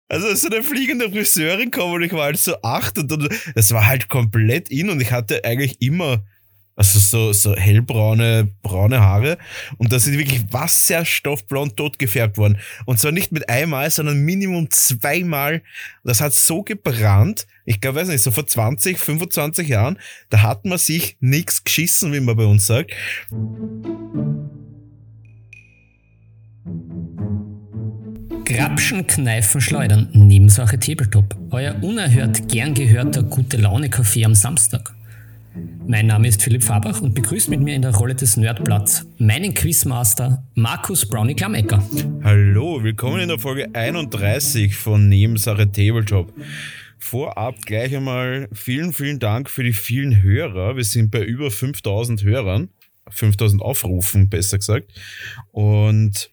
Also so eine fliegende Friseurin kam und ich war halt so 8 und dann, das war halt komplett in und ich hatte eigentlich immer, also so braune Haare und da sind wirklich wasserstoffblond tot gefärbt worden. Und zwar nicht mit einmal, sondern Minimum 2-mal. Das hat so gebrannt, ich glaube, weiß nicht, so vor 20, 25 Jahren, da hat man sich nichts geschissen, wie man bei uns sagt. Grapschen, Kneifen, Schleudern, Nebensache Tabletop. Euer unerhört gern gehörter Gute-Laune-Café am Samstag. Mein Name ist Philipp Fabach und begrüßt mit mir in der Rolle des Nerdblatts meinen Quizmaster Markus Brownie Klammecker. Hallo, willkommen in der Folge 31 von Nebensache Tabletop. Vorab gleich einmal vielen Dank für die vielen Hörer. Wir sind bei über 5000 Hörern, 5000 Aufrufen besser gesagt. Und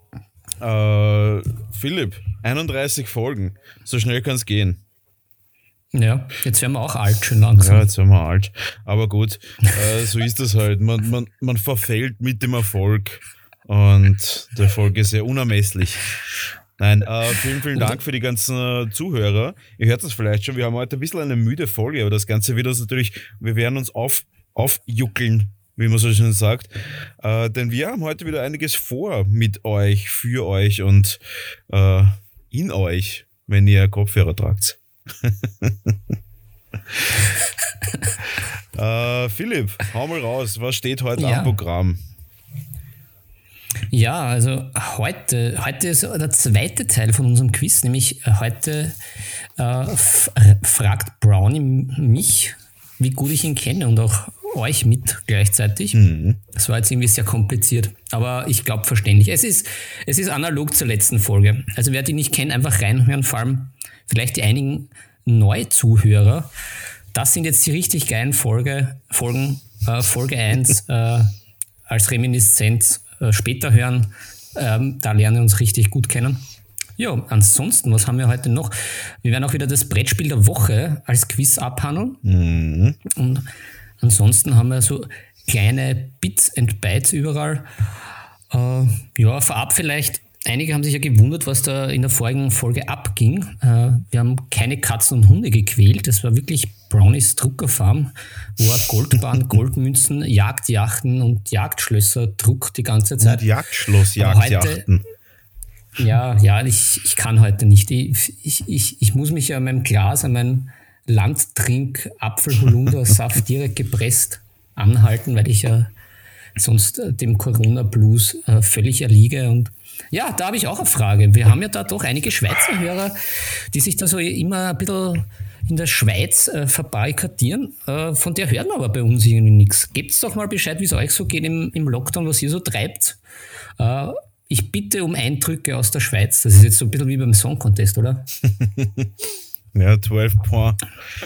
Philipp, 31 Folgen, so schnell kann es gehen. Ja, jetzt werden wir auch alt, schon langsam. Ja, jetzt werden wir alt. Aber gut, so ist das halt. Man verfällt mit dem Erfolg und der Erfolg ist ja unermesslich. Nein, vielen Dank für die ganzen Zuhörer. Ihr hört das vielleicht schon, wir haben heute ein bisschen eine müde Folge, aber das Ganze wird uns natürlich, wir werden uns aufjuckeln, wie man so schön sagt. Denn wir haben heute wieder einiges vor mit euch, für euch und in euch, wenn ihr Kopfhörer tragt. Philipp, hau mal raus, was steht heute am Programm? Ja, also heute ist der zweite Teil von unserem Quiz, nämlich heute fragt Brownie mich, wie gut ich ihn kenne und auch euch mit gleichzeitig. Das war jetzt irgendwie sehr kompliziert, aber ich glaube verständlich. Es ist analog zur letzten Folge. Also wer die nicht kennt, einfach reinhören, vor allem vielleicht die einigen Neuzuhörer. Das sind jetzt die richtig geilen Folgen. Folge 1 als Reminiszenz später hören. Da lernen wir uns richtig gut kennen. Ja, ansonsten, was haben wir heute noch? Wir werden auch wieder das Brettspiel der Woche als Quiz abhandeln. Und ansonsten haben wir so kleine Bits and Bytes überall. Vorab vielleicht, einige haben sich ja gewundert, was da in der vorigen Folge abging. Wir haben keine Katzen und Hunde gequält. Das war wirklich Brownies Druckerfarm, wo er Goldbahn, Goldmünzen, Jagdjachten und Jagdschlösser druckt die ganze Zeit. Und Jagdschloss, Jagdjachten. Ja, ich kann heute nicht. Ich muss mich an meinem Glas, an meinem Landtrink Apfel-Holunder-Saft direkt gepresst anhalten, weil ich ja sonst dem Corona-Blues völlig erliege. Und ja, da habe ich auch eine Frage. Wir haben ja da doch einige Schweizer Hörer, die sich da so immer ein bisschen in der Schweiz verbarrikadieren. Von der hört man aber bei uns irgendwie nichts. Gebt's doch mal Bescheid, wie es euch so geht im Lockdown, was ihr so treibt. Ich bitte um Eindrücke aus der Schweiz. Das ist jetzt so ein bisschen wie beim Song Contest, oder? Ja, 12 Points.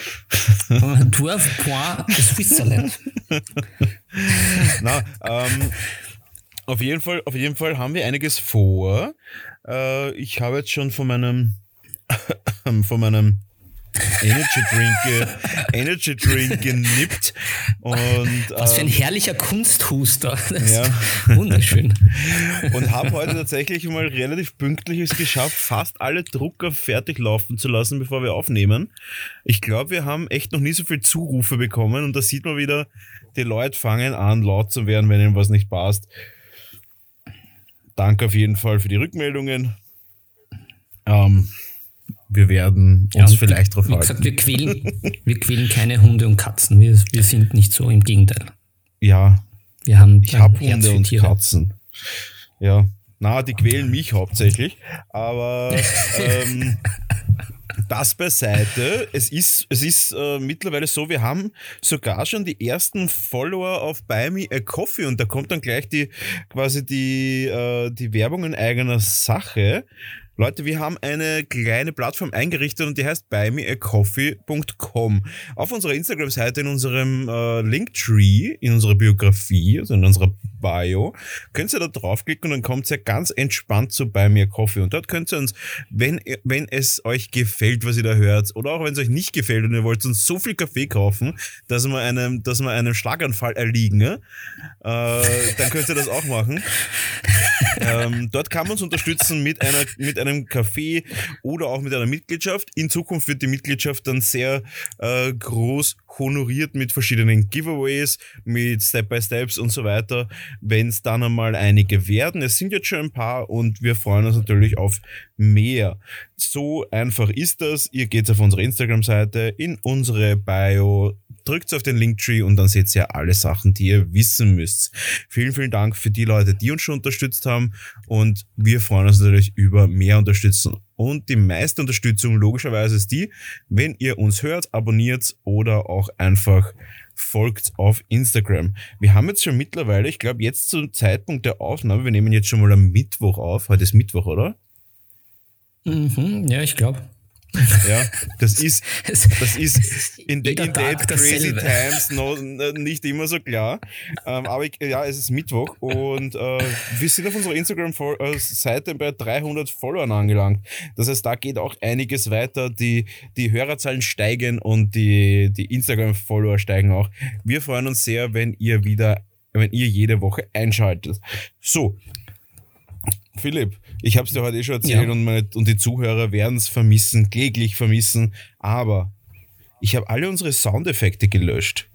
12 Points Switzerland. Na, auf jeden Fall haben wir einiges vor. Ich habe jetzt schon von meinem Energy Drink genippt. Und, was für ein herrlicher Kunsthuster. Das ja. ist wunderschön. Und habe heute tatsächlich mal relativ pünktlich es geschafft, fast alle Drucker fertig laufen zu lassen, bevor wir aufnehmen. Ich glaube, wir haben echt noch nie so viele Zurufe bekommen und da sieht man wieder, die Leute fangen an, laut zu werden, wenn ihnen was nicht passt. Danke auf jeden Fall für die Rückmeldungen. Wir werden uns vielleicht drauf halten. Wie gesagt, wir quälen keine Hunde und Katzen. Wir sind nicht so, im Gegenteil. Ja, ich habe Hunde und Katzen. Ja, die quälen mich hauptsächlich. Aber das beiseite. Es ist mittlerweile so, wir haben sogar schon die ersten Follower auf Buy Me a Coffee und da kommt dann gleich die Werbung in eigener Sache. Leute, wir haben eine kleine Plattform eingerichtet und die heißt buymeacoffee.com. Auf unserer Instagram-Seite, in unserem Linktree, in unserer Biografie, also in unserer Bio, könnt ihr da draufklicken und dann kommt ihr ganz entspannt zu Buy Me a Coffee. Und dort könnt ihr uns, wenn es euch gefällt, was ihr da hört, oder auch wenn es euch nicht gefällt und ihr wollt uns so viel Kaffee kaufen, dass wir einem Schlaganfall erliegen, dann könnt ihr das auch machen. Dort kann man uns unterstützen mit einer einem Kaffee oder auch mit einer Mitgliedschaft. In Zukunft wird die Mitgliedschaft dann sehr groß honoriert mit verschiedenen Giveaways, mit Step-by-Steps und so weiter, wenn es dann einmal einige werden. Es sind jetzt schon ein paar und wir freuen uns natürlich auf mehr. So einfach ist das. Ihr geht auf unsere Instagram-Seite, in unsere Bio, drückt auf den Linktree und dann seht ihr alle Sachen, die ihr wissen müsst. Vielen, vielen Dank für die Leute, die uns schon unterstützt haben und wir freuen uns natürlich über mehr Unterstützung. Und die meiste Unterstützung logischerweise ist die, wenn ihr uns hört, abonniert oder auch einfach folgt auf Instagram. Wir haben jetzt schon mittlerweile, ich glaube jetzt zum Zeitpunkt der Aufnahme, wir nehmen jetzt schon mal am Mittwoch auf, heute ist Mittwoch, oder? Ja, ich glaube. Ja, das ist in den crazy times nicht immer so klar. Aber es ist Mittwoch und wir sind auf unserer Instagram-Seite bei 300 Followern angelangt. Das heißt, da geht auch einiges weiter. Die Hörerzahlen steigen und die Instagram-Follower steigen auch. Wir freuen uns sehr, wenn ihr jede Woche einschaltet. So, Philipp, ich habe es dir heute schon erzählt und die Zuhörer werden es kläglich vermissen, aber ich habe alle unsere Soundeffekte gelöscht.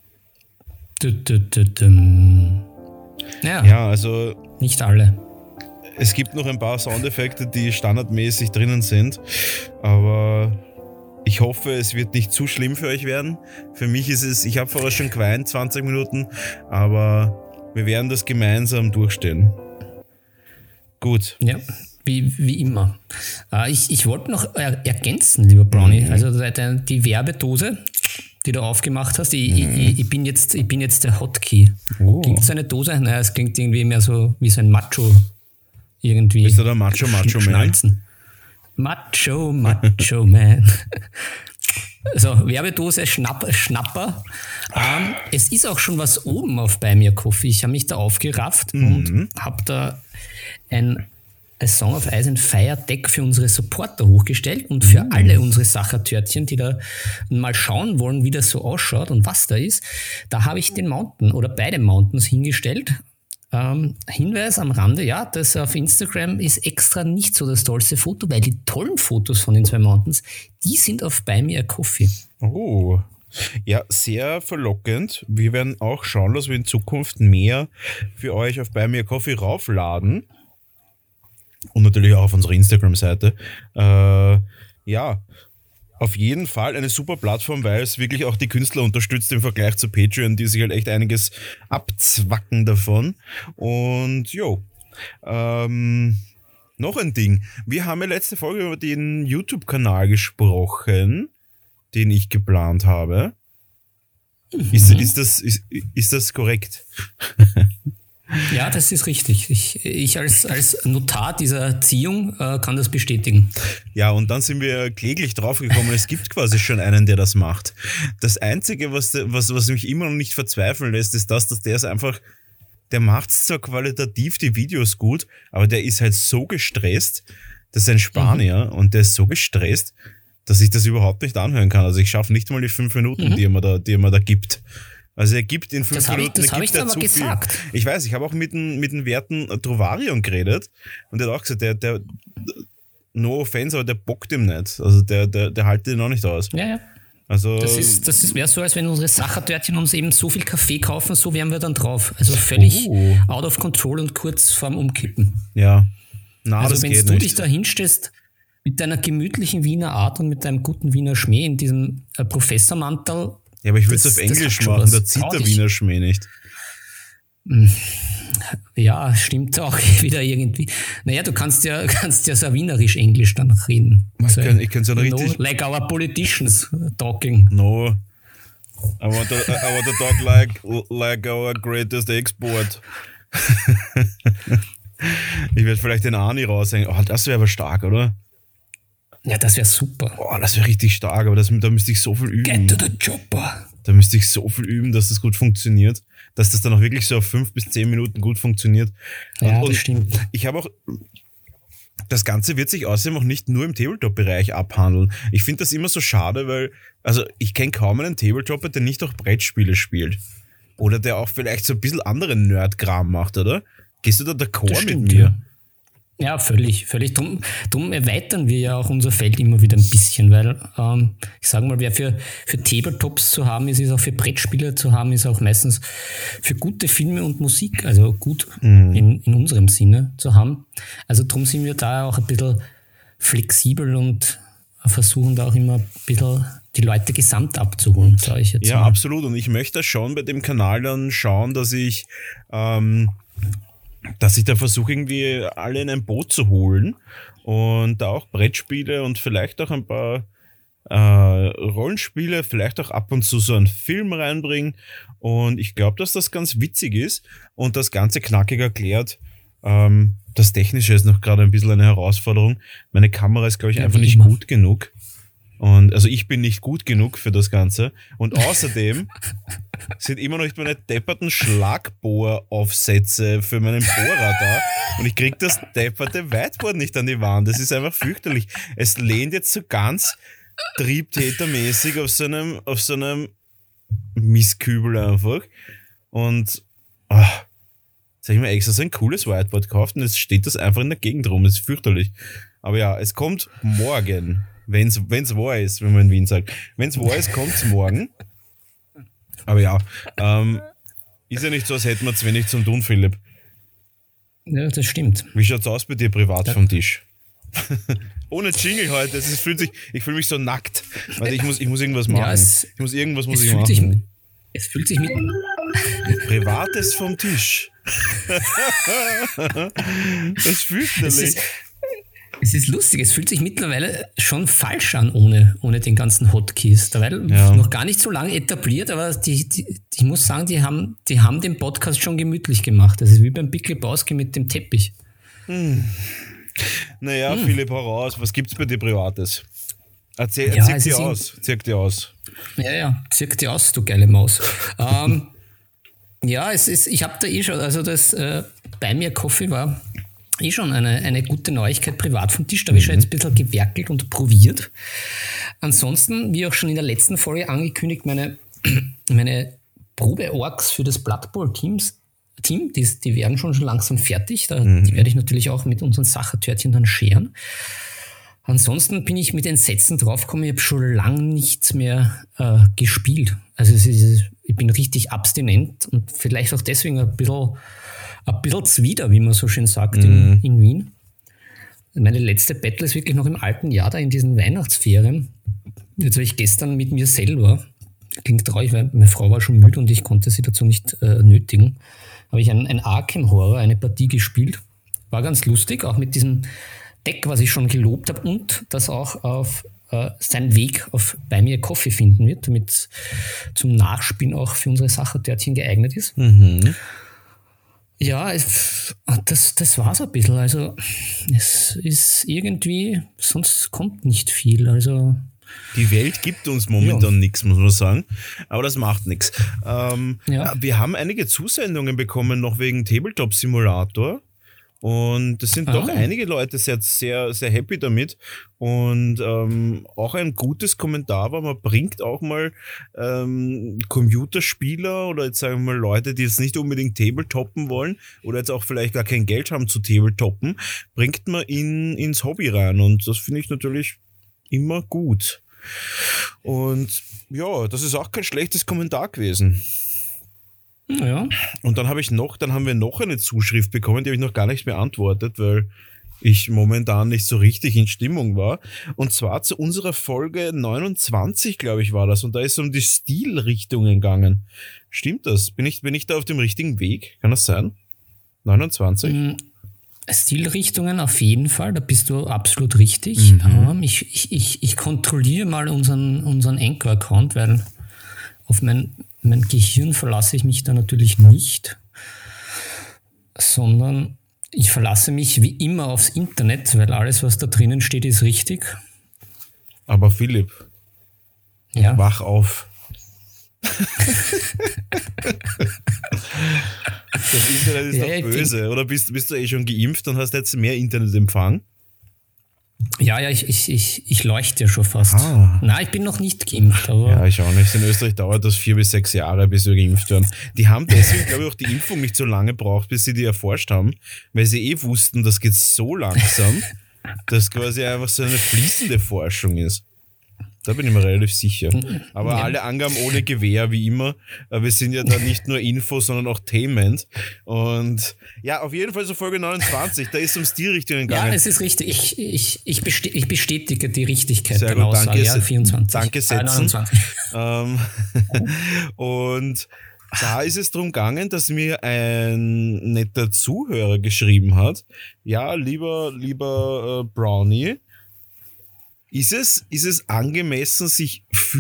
Ja, also nicht alle. Es gibt noch ein paar Soundeffekte, die standardmäßig drinnen sind, aber ich hoffe, es wird nicht zu schlimm für euch werden. Für mich ist es, ich habe vorher schon geweint, 20 Minuten, aber wir werden das gemeinsam durchstehen. Gut. Ja, wie immer. Ich wollte noch ergänzen, lieber Brownie, also die Werbedose, die du aufgemacht hast, ich bin jetzt der Hotkey. Oh. Klingt so eine Dose? Naja, es klingt irgendwie mehr so wie so ein Macho irgendwie. Bist du der Macho Man? Macho Man. So, Werbedose, Schnapper. Es ist auch schon was oben auf Buy Me a Coffee. Ich habe mich da aufgerafft und habe da ein Song of Ice and Fire Deck für unsere Supporter hochgestellt und für alle unsere Sachertörtchen, die da mal schauen wollen, wie das so ausschaut und was da ist. Da habe ich den Mountain oder beide Mountains hingestellt. Hinweis am Rande, ja, das auf Instagram ist extra nicht so das tollste Foto, weil die tollen Fotos von den 2 Mountains, die sind auf Buy Me a Coffee. Oh, ja, sehr verlockend. Wir werden auch schauen, dass wir in Zukunft mehr für euch auf Buy Me a Coffee raufladen. Und natürlich auch auf unserer Instagram-Seite. Ja, auf jeden Fall eine super Plattform, weil es wirklich auch die Künstler unterstützt im Vergleich zu Patreon, die sich halt echt einiges abzwacken davon. Und noch ein Ding. Wir haben ja letzte Folge über den YouTube-Kanal gesprochen, den ich geplant habe. Ist das korrekt? Ja, das ist richtig. Ich als Notar dieser Ziehung kann das bestätigen. Ja, und dann sind wir kläglich draufgekommen, es gibt quasi schon einen, der das macht. Das Einzige, was mich immer noch nicht verzweifeln lässt, ist dass der ist einfach, der macht zwar qualitativ die Videos gut, aber der ist halt so gestresst, das ist ein Spanier und der ist so gestresst, dass ich das überhaupt nicht anhören kann. Also ich schaffe nicht mal die 5 Minuten, die er mir da gibt. Also er gibt in 5 Minuten... Das habe ich aber gesagt. Viel. Ich weiß, ich habe auch mit den werten Trovarion geredet und der hat auch gesagt, der no offense, aber der bockt ihm nicht. Also der haltet ihn auch nicht aus. Ja. Also das wäre so, als wenn unsere Sachertörtchen uns eben so viel Kaffee kaufen, so wären wir dann drauf. Also völlig out of control und kurz vorm Umkippen. Ja. Also wenn du dich da hinstellst mit deiner gemütlichen Wiener Art und mit deinem guten Wiener Schmäh in diesem Professormantel... Ja, aber ich würde es auf Englisch machen, da zieht der Wiener Schmäh nicht. Ja, stimmt auch wieder irgendwie. Naja, du kannst ja so wienerisch-englisch dann reden. Ich kann so richtig... Like our politicians talking. No. I want to talk like our greatest export. Ich werde vielleicht den Arni raushängen. Oh, das wäre aber stark, oder? Ja, das wäre super. Oh, das wäre richtig stark, aber da müsste ich so viel üben. Get to the chopper. Da müsste ich so viel üben, dass das gut funktioniert. Dass das dann auch wirklich so auf 5 bis 10 Minuten gut funktioniert. Ja, das stimmt. Ich habe auch... Das Ganze wird sich außerdem auch nicht nur im Tabletop-Bereich abhandeln. Ich finde das immer so schade, weil... Also ich kenne kaum einen Tabletopper, der nicht auch Brettspiele spielt. Oder der auch vielleicht so ein bisschen anderen Nerd-Kram macht, oder? Gehst du da d'accord mit mir? Ja, völlig. Drum erweitern wir ja auch unser Feld immer wieder ein bisschen, weil ich sage mal, wer für Tabletops zu haben ist auch für Brettspiele zu haben, ist auch meistens für gute Filme und Musik, also gut in unserem Sinne zu haben. Also drum sind wir da auch ein bisschen flexibel und versuchen da auch immer ein bisschen die Leute gesamt abzuholen, sage ich jetzt. Ja, mal. absolut. Und ich möchte schon bei dem Kanal dann schauen, dass ich da versuche, irgendwie alle in ein Boot zu holen und da auch Brettspiele und vielleicht auch ein paar Rollenspiele, vielleicht auch ab und zu so einen Film reinbringen. Und ich glaube, dass das ganz witzig ist und das Ganze knackig erklärt. Das Technische ist noch gerade ein bisschen eine Herausforderung. Meine Kamera ist, glaube ich, einfach nicht gut genug. Und also ich bin nicht gut genug für das Ganze. Und außerdem sind immer noch nicht meine depperten Schlagbohraufsätze für meinen Bohrer da. Und ich krieg das depperte Whiteboard nicht an die Wand. Das ist einfach fürchterlich. Es lehnt jetzt so ganz triebtätermäßig auf so einem Mistkübel einfach. Und jetzt habe ich mir extra so ein cooles Whiteboard gekauft und jetzt steht das einfach in der Gegend rum. Das ist fürchterlich. Aber ja, es kommt morgen. Wenn's wahr ist, wenn man in Wien sagt. Wenn's wahr ist, kommt's morgen. Aber ja, ist ja nicht so, als hätten wir zu wenig zum tun, Philipp. Ja, das stimmt. Wie schaut's aus bei dir privat vom Tisch? Ohne Jingle heute. Ich fühle mich so nackt. Warte, ich muss irgendwas machen. Ja, es muss machen. Es fühlt sich mit... Privates vom Tisch. Das ist fürchterlich. Es ist lustig, es fühlt sich mittlerweile schon falsch an ohne den ganzen Hotkeys. Dabei noch gar nicht so lange etabliert, aber ich muss sagen, die haben den Podcast schon gemütlich gemacht. Das ist wie beim Big Lebowski mit dem Teppich. Naja, Philipp, hau raus. Was gibt's bei dir Privates? Zirk dir aus. Ja, zirk dir aus, du geile Maus. Ja, ich habe da schon, also das bei mir Coffee war schon eine gute Neuigkeit privat vom Tisch. Da habe ich schon jetzt ein bisschen gewerkelt und probiert. Ansonsten, wie auch schon in der letzten Folge angekündigt, meine Probe-Orks für das Blood Bowl Team, die werden schon langsam fertig. Die werde ich natürlich auch mit unseren Sachertörtchen dann scheren. Ansonsten bin ich mit Entsetzen draufgekommen, ich habe schon lange nichts mehr gespielt. Also ich bin richtig abstinent und vielleicht auch deswegen ein bisschen zwider, wie man so schön sagt, in Wien. Meine letzte Battle ist wirklich noch im alten Jahr, da in diesen Weihnachtsferien. Jetzt habe ich gestern mit mir selber, klingt traurig, weil meine Frau war schon müde und ich konnte sie dazu nicht nötigen, habe ich ein Arkham Horror, eine Partie gespielt. War ganz lustig, auch mit diesem Deck, was ich schon gelobt habe und das auch auf seinen Weg auf Buy Me a Coffee finden wird, damit zum Nachspielen auch für unsere Sachertörtchen geeignet ist. Ja, das war's ein bisschen. Also es ist irgendwie, sonst kommt nicht viel. Also die Welt gibt uns momentan nichts, muss man sagen. Aber das macht nichts. Wir haben einige Zusendungen bekommen, noch wegen Tabletop Simulator. Und es sind doch einige Leute sehr, sehr, sehr happy damit. Und auch ein gutes Kommentar war, man bringt auch mal Computerspieler oder jetzt sagen wir mal Leute, die jetzt nicht unbedingt Tabletoppen wollen oder jetzt auch vielleicht gar kein Geld haben zu Tabletoppen, bringt man ins Hobby rein. Und das finde ich natürlich immer gut. Und ja, das ist auch kein schlechtes Kommentar gewesen. Ja. Und dann haben wir noch eine Zuschrift bekommen, die habe ich noch gar nicht beantwortet, weil ich momentan nicht so richtig in Stimmung war. Und zwar zu unserer Folge 29, glaube ich, war das. Und da ist es um die Stilrichtungen gegangen. Stimmt das? Bin ich da auf dem richtigen Weg? Kann das sein? 29? Stilrichtungen auf jeden Fall, da bist du absolut richtig. Ich kontrolliere mal unseren Anchor-Account, weil auf mein Gehirn verlasse ich mich da natürlich nicht, sondern ich verlasse mich wie immer aufs Internet, weil alles, was da drinnen steht, ist richtig. Aber Philipp, wach auf. Das Internet ist doch böse. Oder bist du schon geimpft und hast jetzt mehr Internetempfang? Ja, ich leuchte ja schon fast. Nein, ich bin noch nicht geimpft. Aber ja, ich auch nicht. In Österreich dauert das 4 bis 6 Jahre, bis wir geimpft werden. Die haben deswegen, glaube ich, auch die Impfung nicht so lange braucht, bis sie die erforscht haben, weil sie wussten, das geht so langsam, dass quasi einfach so eine fließende Forschung ist. Da bin ich mir relativ sicher. Aber alle Angaben ohne Gewehr, wie immer. Wir sind ja da nicht nur Info, sondern auch Tainment. Und ja, auf jeden Fall so Folge 29, da ist es um Stilrichtungen gegangen. Ja, es ist richtig. Ich bestätige die Richtigkeit der Aussage. Danke, ja, 24. Danke setzen. 29. Und da ist es darum gegangen, dass mir ein netter Zuhörer geschrieben hat, ja, lieber Brownie, ist es angemessen, sich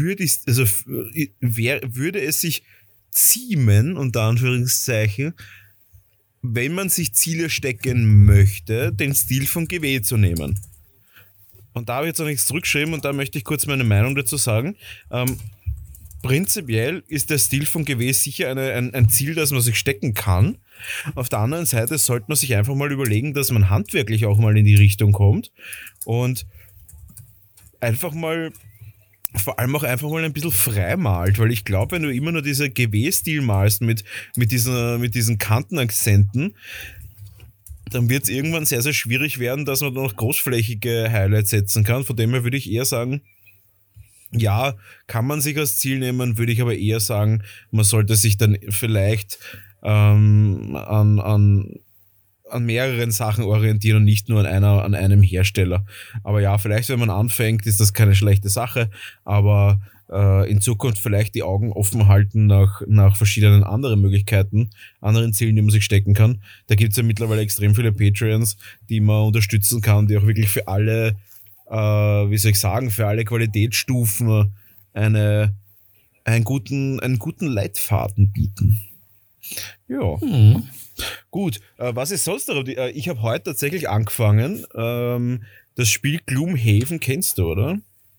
würde es sich ziemen, unter Anführungszeichen, wenn man sich Ziele stecken möchte, den Stil von GW zu nehmen? Und da habe ich jetzt noch nichts zurückgeschrieben und da möchte ich kurz meine Meinung dazu sagen. Prinzipiell ist der Stil von GW sicher ein Ziel, das man sich stecken kann. Auf der anderen Seite sollte man sich einfach mal überlegen, dass man handwerklich auch mal in die Richtung kommt und einfach mal, vor allem auch einfach mal ein bisschen frei malt, weil ich glaube, wenn du immer nur diese GW-Stil malst mit diesen Kantenakzenten, dann wird es irgendwann sehr, sehr schwierig werden, dass man da noch großflächige Highlights setzen kann. Von dem her würde ich eher sagen, ja, kann man sich als Ziel nehmen, würde ich aber eher sagen, man sollte sich dann vielleicht an mehreren Sachen orientieren und nicht nur an einem Hersteller. Aber ja, vielleicht, wenn man anfängt, ist das keine schlechte Sache, aber in Zukunft vielleicht die Augen offen halten nach verschiedenen anderen Möglichkeiten, anderen Zielen, die man sich stecken kann. Da gibt es ja mittlerweile extrem viele Patreons, die man unterstützen kann, die auch wirklich für alle, für alle Qualitätsstufen einen guten Leitfaden bieten. Ja. Gut, was ist sonst noch? Ich habe heute tatsächlich angefangen. Das Spiel Gloomhaven kennst du, oder?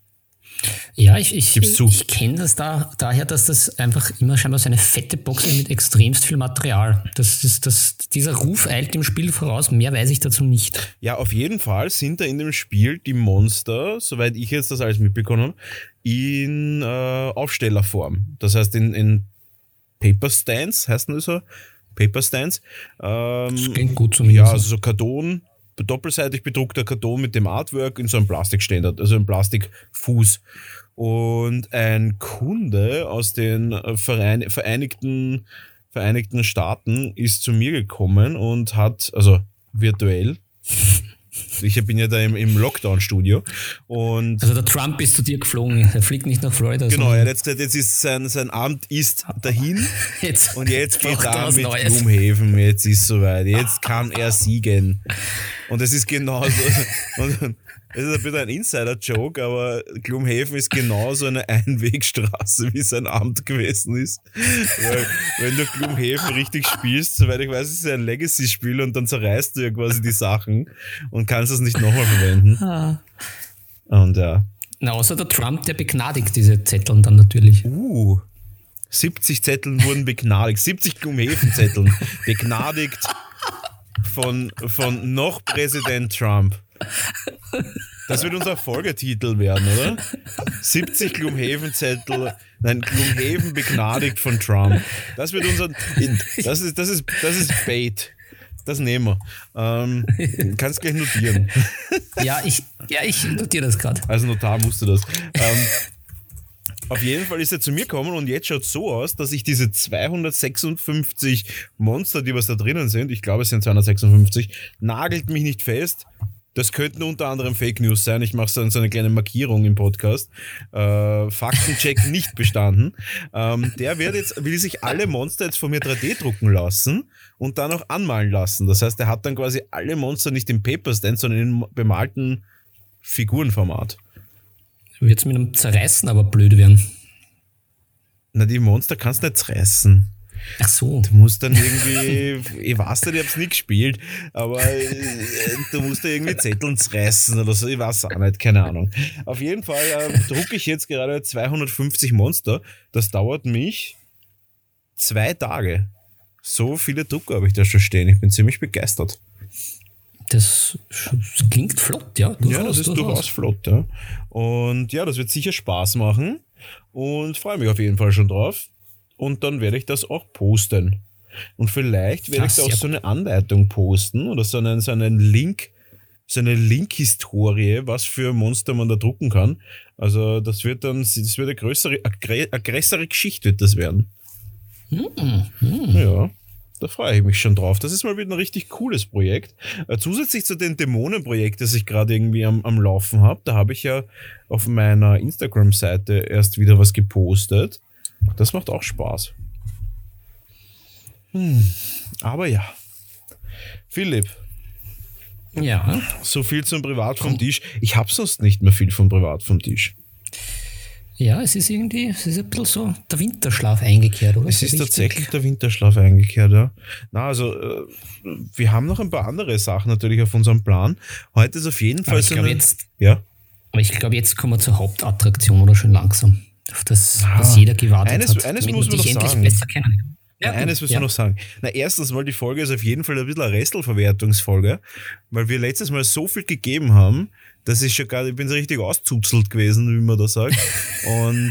Ja, ich kenne das daher, dass das einfach immer scheinbar so eine fette Box ist mit extremst viel Material. Dieser Ruf eilt dem Spiel voraus, mehr weiß ich dazu nicht. Ja, auf jeden Fall sind da in dem Spiel die Monster, soweit ich jetzt das alles mitbekommen habe, in Aufstellerform. Das heißt in Paper Stands, heißt das so? Paper Stands. Das klingt gut zumindest. Ja, also so Karton, doppelseitig bedruckter Karton mit dem Artwork in so einem Plastikständer, also einem Plastikfuß. Und ein Kunde aus den Vereinigten Staaten ist zu mir gekommen und hat, also virtuell, ich bin ja da im Lockdown-Studio. Und also der Trump ist zu dir geflogen, er fliegt nicht nach Florida. Genau, er hat jetzt gesagt, jetzt ist sein Amt ist dahin und jetzt geht er an mit Gloomhaven, jetzt ist soweit, jetzt kann er siegen. Und es ist genauso, und es ist ein bisschen ein Insider-Joke, aber Gloomhaven ist genauso eine Einwegstraße, wie sein Amt gewesen ist. Weil wenn du Gloomhaven richtig spielst, soweit ich weiß, ist es ein Legacy-Spiel und dann zerreißt du ja quasi die Sachen und kannst das nicht nochmal verwenden. Und ja. Na, außer der Trump, der begnadigt diese Zetteln dann natürlich. 70 Zetteln wurden begnadigt, 70 Gloomhaven-Zetteln begnadigt von noch Präsident Trump. Das wird unser Folgetitel werden, oder? 70 Gloomhaven-Zettel, nein, Gloomhaven begnadigt von Trump. Das wird das ist Bait. Das nehmen wir. Kannst gleich notieren. Ja, ich notiere das gerade. Als Notar musst du das. Auf jeden Fall ist er zu mir gekommen und jetzt schaut es so aus, dass ich diese 256 Monster, die was da drinnen sind, ich glaube es sind 256, nagelt mich nicht fest. Das könnten unter anderem Fake News sein. Ich mache so eine kleine Markierung im Podcast. Faktencheck nicht bestanden. Der will sich alle Monster jetzt von mir 3D drucken lassen und dann auch anmalen lassen. Das heißt, er hat dann quasi alle Monster nicht im Paperstand, sondern im bemalten Figurenformat. Wird es mit einem Zerreißen aber blöd werden. Na, die Monster kannst du nicht zerreißen. Ach so. Du musst dann irgendwie, ich weiß nicht, ich hab's nie gespielt, aber du musst da irgendwie Zetteln zerreißen oder so, ich weiß auch nicht, keine Ahnung. Auf jeden Fall drucke ich jetzt gerade 250 Monster. Das dauert mich 2 Tage. So viele Drucker habe ich da schon stehen. Ich bin ziemlich begeistert. Das klingt flott, ja. Ja, das ist durchaus flott, ja. Und ja, das wird sicher Spaß machen und freue mich auf jeden Fall schon drauf. Und dann werde ich das auch posten. Und vielleicht werde ich da auch so eine Anleitung posten oder so einen Link, so eine Link-Historie, was für Monster man da drucken kann. Also das wird eine größere Geschichte wird das werden. Ja, da freue ich mich schon drauf. Das ist mal wieder ein richtig cooles Projekt. Zusätzlich zu den Dämonenprojekt, das ich gerade irgendwie am Laufen habe, da habe ich ja auf meiner Instagram-Seite erst wieder was gepostet. Das macht auch Spaß. Aber ja. Philipp. Ja. So viel zum Privat vom Tisch. Ich habe sonst nicht mehr viel vom Privat vom Tisch. Ja, es ist ein bisschen so der Winterschlaf eingekehrt, oder? Es ist tatsächlich der Winterschlaf eingekehrt, ja. Na, also, wir haben noch ein paar andere Sachen natürlich auf unserem Plan. Heute ist auf jeden Fall so eine... Aber ich glaube, jetzt kommen wir zur Hauptattraktion, oder schon langsam. Auf das jeder gewartet hat. Eines muss man noch sagen. Besser kennen. Ja, eines müssen wir noch sagen. Na, erstens mal, die Folge ist auf jeden Fall ein bisschen eine Restelverwertungsfolge, weil wir letztes Mal so viel gegeben haben, dass ich bin so richtig auszuzelt gewesen, wie man da sagt. Und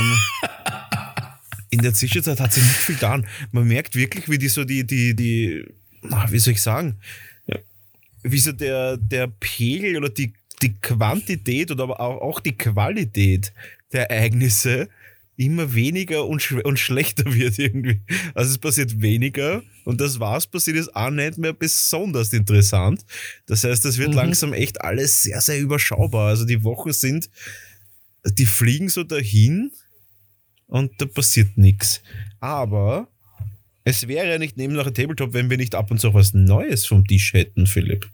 in der Zwischenzeit hat sich nicht viel getan. Man merkt wirklich, wie wie soll ich sagen, wie so der Pegel oder die Quantität oder aber auch die Qualität der Ereignisse immer weniger und schlechter wird irgendwie. Also es passiert weniger und das, was passiert, ist auch nicht mehr besonders interessant. Das heißt, es wird langsam echt alles sehr, sehr überschaubar. Also die Wochen die fliegen so dahin und da passiert nichts. Aber es wäre ja nicht neben nach einem Tabletop, wenn wir nicht ab und zu auch was Neues vom Tisch hätten, Philipp.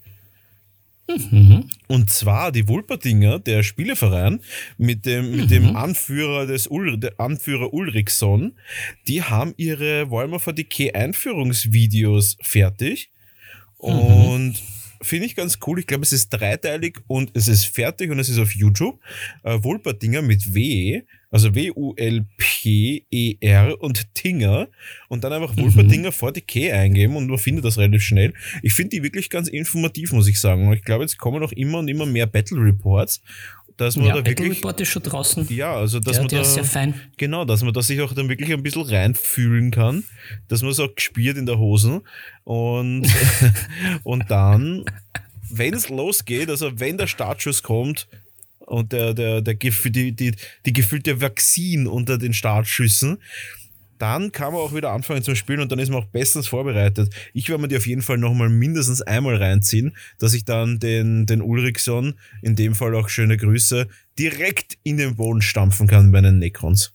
Und zwar die Wulpertinger, der Spieleverein, mit dem Anführer der Anführer Ulrichsson, die haben ihre Warhammer 40k Einführungsvideos fertig. Und finde ich ganz cool. Ich glaube, es ist dreiteilig und es ist fertig und es ist auf YouTube. Wulpertinger mit W, also W-U-L-P-E-R und Tinger und dann einfach Wulpertinger 40k eingeben und man findet das relativ schnell. Ich finde die wirklich ganz informativ, muss ich sagen. Und ich glaube, jetzt kommen auch immer und immer mehr Battle Reports. Dass man da Battle wirklich, Report ist schon draußen. Ja, also dass man da ist sehr fein. Genau, dass man da sich auch dann wirklich ein bisschen reinfühlen kann, dass man es auch gespürt in der Hosen und dann, wenn es losgeht, also wenn der Startschuss kommt und die gefüllte Vakzin unter den Startschüssen, dann kann man auch wieder anfangen zu spielen und dann ist man auch bestens vorbereitet. Ich werde mir die auf jeden Fall nochmal mindestens einmal reinziehen, dass ich dann den Ulrichsson, in dem Fall auch schöne Grüße, direkt in den Boden stampfen kann bei den Necrons.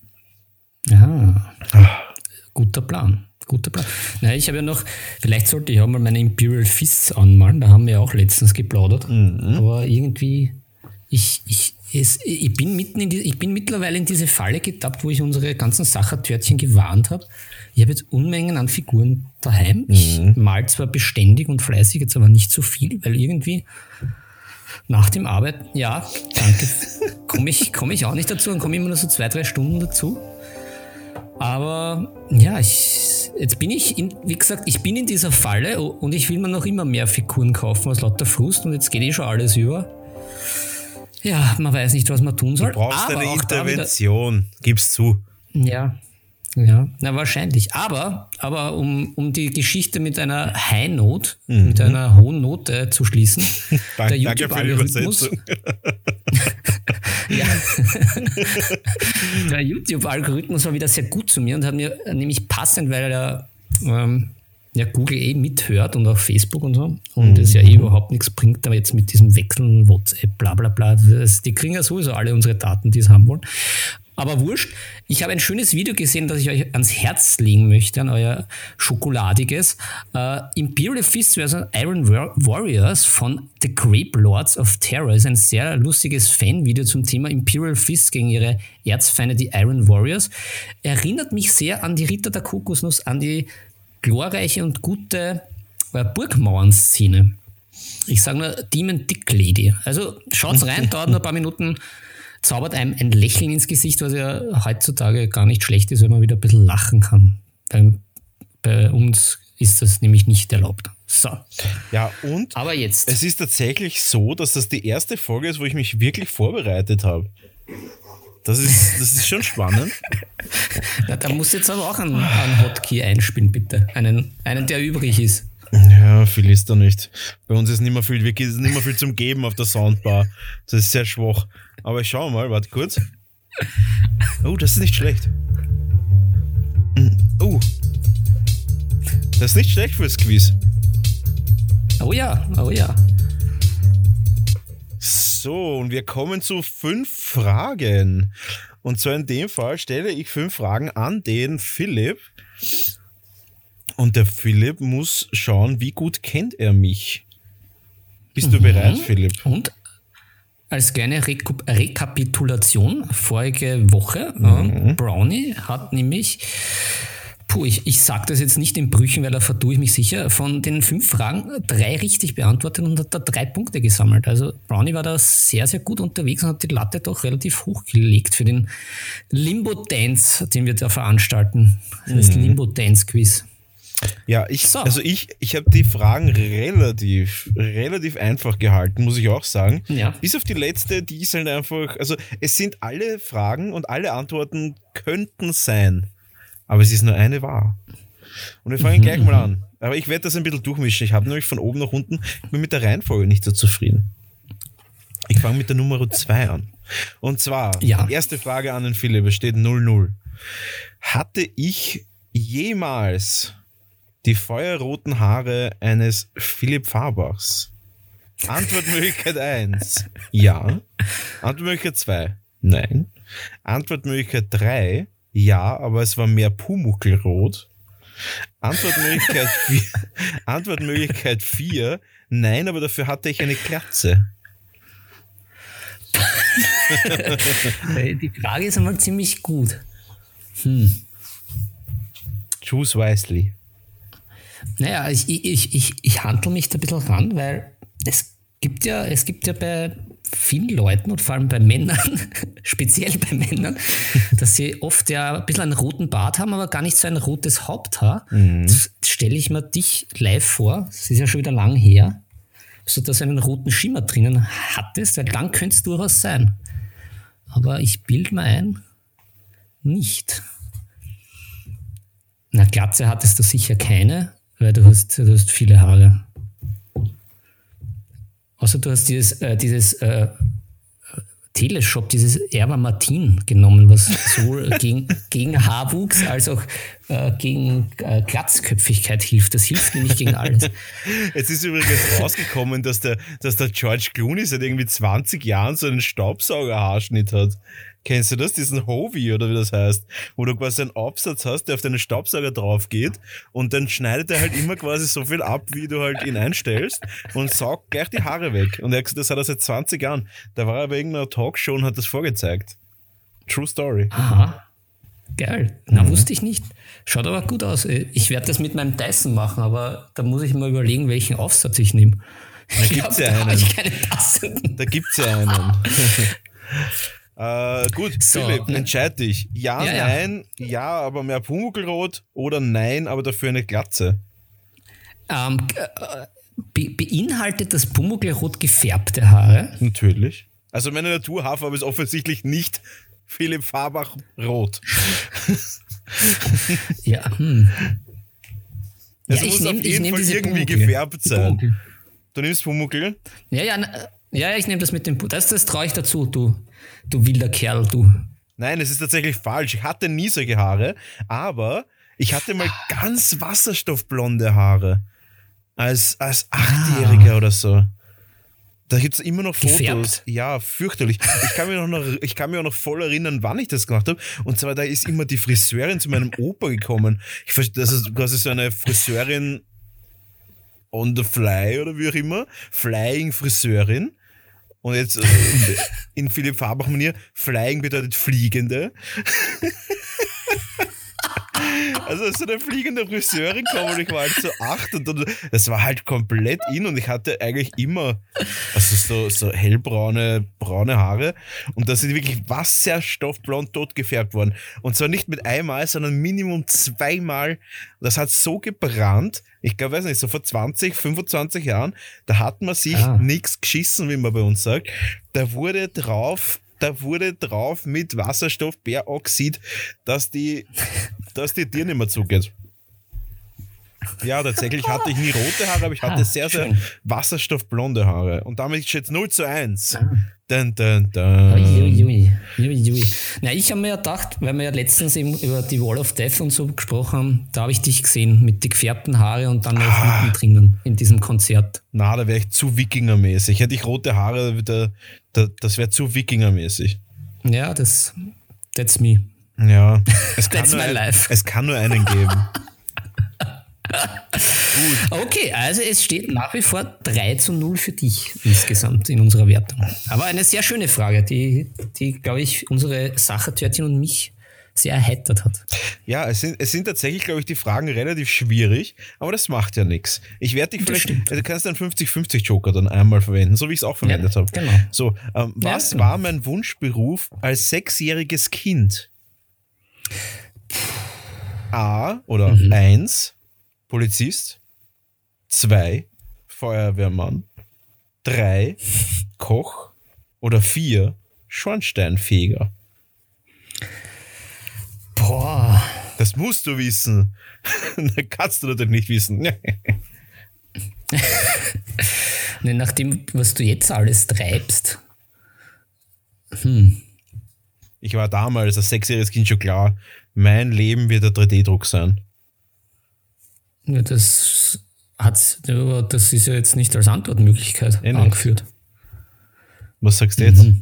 Guter Plan. Na, ich habe ja noch, vielleicht sollte ich auch mal meine Imperial Fists anmalen, da haben wir ja auch letztens geplaudert, aber irgendwie, ich bin mittlerweile in diese Falle getappt, wo ich unsere ganzen Sachertörtchen gewarnt habe. Ich habe jetzt Unmengen an Figuren daheim. Ich mal zwar beständig und fleißig, jetzt aber nicht so viel, weil irgendwie nach dem Arbeiten, ja, danke, komme ich auch nicht dazu und komme immer nur so 2-3 Stunden dazu. Aber ja, jetzt bin ich, wie gesagt, ich bin in dieser Falle und ich will mir noch immer mehr Figuren kaufen aus lauter Frust und jetzt geht schon alles über. Ja, man weiß nicht, was man tun soll. Du brauchst eine Intervention, gib's zu. Ja, na wahrscheinlich. Aber um die Geschichte mit einer High Note, mit einer hohen Note zu schließen, Danke für die Übersetzung. Der YouTube-Algorithmus war wieder sehr gut zu mir und hat mir nämlich passend, weil er Google mithört und auch Facebook und so und es ja überhaupt nichts bringt, aber jetzt mit diesem Wechseln, WhatsApp, bla bla bla, die kriegen ja sowieso alle unsere Daten, die es haben wollen. Aber wurscht, ich habe ein schönes Video gesehen, das ich euch ans Herz legen möchte, an euer Schokoladiges. Imperial Fists vs. Iron Warriors von The Grape Lords of Terror ist ein sehr lustiges Fanvideo zum Thema Imperial Fists gegen ihre Erzfeinde, die Iron Warriors. Erinnert mich sehr an die Ritter der Kokosnuss, an die glorreiche und gute Burgmauern-Szene. Ich sage nur Demon Dick Lady. Also schaut's rein, dauert nur ein paar Minuten, zaubert einem ein Lächeln ins Gesicht, was ja heutzutage gar nicht schlecht ist, wenn man wieder ein bisschen lachen kann. Bei uns ist das nämlich nicht erlaubt. So. Ja, und Aber jetzt. es ist tatsächlich so, dass das die erste Folge ist, wo ich mich wirklich vorbereitet habe. Das ist schon spannend. Na, da muss jetzt aber auch einen Hotkey einspielen, bitte. Einen, der übrig ist. Ja, viel ist da nicht. Bei uns ist nicht mehr viel, wirklich ist nicht mehr viel zum Geben auf der Soundbar. Das ist sehr schwach. Aber ich schau mal, warte kurz. Oh, das ist nicht schlecht. Oh. Das ist nicht schlecht fürs Quiz. Oh ja, oh ja. So, und wir kommen zu 5 Fragen. Und zwar in dem Fall stelle ich 5 Fragen an den Philipp. Und der Philipp muss schauen, wie gut kennt er mich. Bist du bereit, Philipp? Und als kleine Rekapitulation, vorige Woche, Brownie hat nämlich, ich sage das jetzt nicht in Brüchen, weil da vertue ich mich sicher, von den 5 Fragen 3 richtig beantwortet und hat da 3 Punkte gesammelt. Also Brownie war da sehr, sehr gut unterwegs und hat die Latte doch relativ hochgelegt für den Limbo-Dance, den wir da veranstalten. Das Limbo-Dance-Quiz. Ja, ich habe die Fragen relativ einfach gehalten, muss ich auch sagen. Ja. Bis auf die letzte, die ist halt einfach, also es sind alle Fragen und alle Antworten könnten sein, aber es ist nur eine wahr. Und wir fangen gleich mal an. Aber ich werde das ein bisschen durchmischen. Ich habe nämlich von oben nach unten, ich bin mit der Reihenfolge nicht so zufrieden. Ich fange mit der Nummer 2 an. Und zwar, erste Frage an den Philipp, es steht 0-0. Hatte ich jemals die feuerroten Haare eines Philipp Fahrbachs? Antwortmöglichkeit 1, ja. Antwortmöglichkeit 2, nein. Antwortmöglichkeit 3, ja, aber es war mehr Pumuckl-rot. Antwortmöglichkeit 4, nein, aber dafür hatte ich eine Glatze. Die Frage ist einmal ziemlich gut. Choose wisely. Naja, ich handle mich da ein bisschen ran, weil es gibt ja bei vielen Leuten und vor allem bei Männern, speziell bei Männern, dass sie oft ja ein bisschen einen roten Bart haben, aber gar nicht so ein rotes Haupthaar. Das stelle ich mir dich live vor, das ist ja schon wieder lang her, so dass du einen roten Schimmer drinnen hattest, weil dann könnte es durchaus sein. Aber ich bilde mir ein, nicht. Na, Glatze hattest du sicher keine, weil du hast viele Haare. Außer du hast dieses Teleshop, dieses Erba Martin genommen, was sowohl gegen Haarwuchs als auch gegen Glatzköpfigkeit hilft. Das hilft nämlich gegen alles. Es ist übrigens rausgekommen, dass der George Clooney seit irgendwie 20 Jahren so einen Staubsaugerhaarschnitt hat. Kennst du das? Diesen Hovey oder wie das heißt? Wo du quasi einen Absatz hast, der auf deinen Staubsauger drauf geht und dann schneidet er halt immer quasi so viel ab, wie du halt ihn einstellst und saugt gleich die Haare weg. Und er hat gesagt, das hat er seit 20 Jahren. Da war er bei irgendeiner Talkshow und hat das vorgezeigt. True Story. Aha. Geil. Na, wusste ich nicht. Schaut aber gut aus. Ich werde das mit meinem Dyson machen, aber da muss ich mal überlegen, welchen Aufsatz ich nehme. Da gibt's ja einen. Da gibt's ja einen. Gut, so, Philipp, entscheid dich. Ja, nein, ja, aber mehr Pumuckl-rot oder nein, aber dafür eine Glatze. Beinhaltet das Pumuckl-rot gefärbte Haare? Natürlich. Also meine Naturhaarfarbe ist offensichtlich nicht Philipp Fahrbach rot. Ja, Es muss auf jeden Fall irgendwie gefärbt sein. Pumuckl. Du nimmst Pumuckl? Ja, ich nehme das mit dem Pumuckl. Das traue ich dazu, du wilder Kerl, du. Nein, es ist tatsächlich falsch. Ich hatte nie solche Haare, aber ich hatte mal ganz wasserstoffblonde Haare. Als 8-Jähriger oder so. Da gibt es immer noch Fotos. Gefärbt? Ja, fürchterlich. Ich kann mich auch noch voll erinnern, wann ich das gemacht habe. Und zwar, da ist immer die Friseurin zu meinem Opa gekommen. Das ist quasi so eine Friseurin on the fly oder wie auch immer. Flying Friseurin. Und jetzt in Philipp Fahrbach-Manier, Flying bedeutet Fliegende. Also so eine fliegende Friseurin kam und ich war halt so 8 und dann, das war halt komplett in und ich hatte eigentlich immer so hellbraune Haare und da sind wirklich wasserstoffblond tot gefärbt worden. Und zwar nicht mit einmal, sondern Minimum 2-mal. Das hat so gebrannt, ich glaube, weiß nicht, so vor 20, 25 Jahren, da hat man sich nichts geschissen, wie man bei uns sagt. Da wurde drauf mit Wasserstoffperoxid, dass die dir nicht mehr zugeht. Ja, tatsächlich hatte ich nie rote Haare, aber ich hatte sehr wasserstoffblonde Haare. Und damit steht es 0:1. Dun, dun, dun. Na, ich habe mir ja gedacht, weil wir ja letztens eben über die Wall of Death und so gesprochen haben, da habe ich dich gesehen mit den gefärbten Haare und dann noch mittendrin in diesem Konzert. Na, da wäre ich zu Wikingermäßig. Hätte ich rote Haare, das wäre zu Wikingermäßig. Ja, that's me. Ja, That's my life. Es kann nur einen geben. Okay, also es steht nach wie vor 3:0 für dich insgesamt in unserer Wertung. Aber eine sehr schöne Frage, die glaube ich, unsere Sachertörtchen und mich sehr erheitert hat. Ja, es sind tatsächlich, glaube ich, die Fragen relativ schwierig, aber das macht ja nichts. Ich werde dich vielleicht, du kannst einen 50-50 Joker dann einmal verwenden, so wie ich es auch verwendet habe. Genau. So, was war mein Wunschberuf als 6-jähriges Kind? A oder 1, Polizist, 2, Feuerwehrmann, 3, Koch oder 4, Schornsteinfeger. Boah. Das musst du wissen. Das kannst du natürlich nicht wissen. Nach dem, was du jetzt alles treibst. Ich war damals als 6-jähriges Kind schon klar, mein Leben wird ein 3D-Druck sein. Ja, das ist ja jetzt nicht als Antwortmöglichkeit angeführt. Was sagst du jetzt?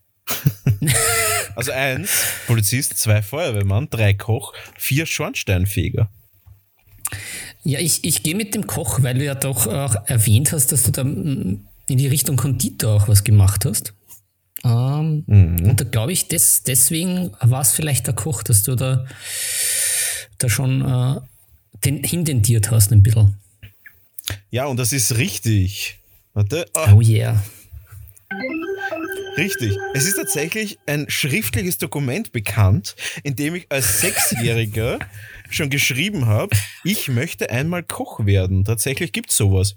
Also 1, Polizist, 2, Feuerwehrmann, 3, Koch, 4, Schornsteinfeger. Ja, ich gehe mit dem Koch, weil du ja doch auch erwähnt hast, dass du da in die Richtung Konditor auch was gemacht hast. Und da glaube ich, deswegen war es vielleicht der Koch, dass du da schon hintendiert hast ein bisschen. Ja, und das ist richtig. Warte. Oh yeah. Richtig. Es ist tatsächlich ein schriftliches Dokument bekannt, in dem ich als 6-Jähriger schon geschrieben habe, ich möchte einmal Koch werden. Tatsächlich gibt es sowas.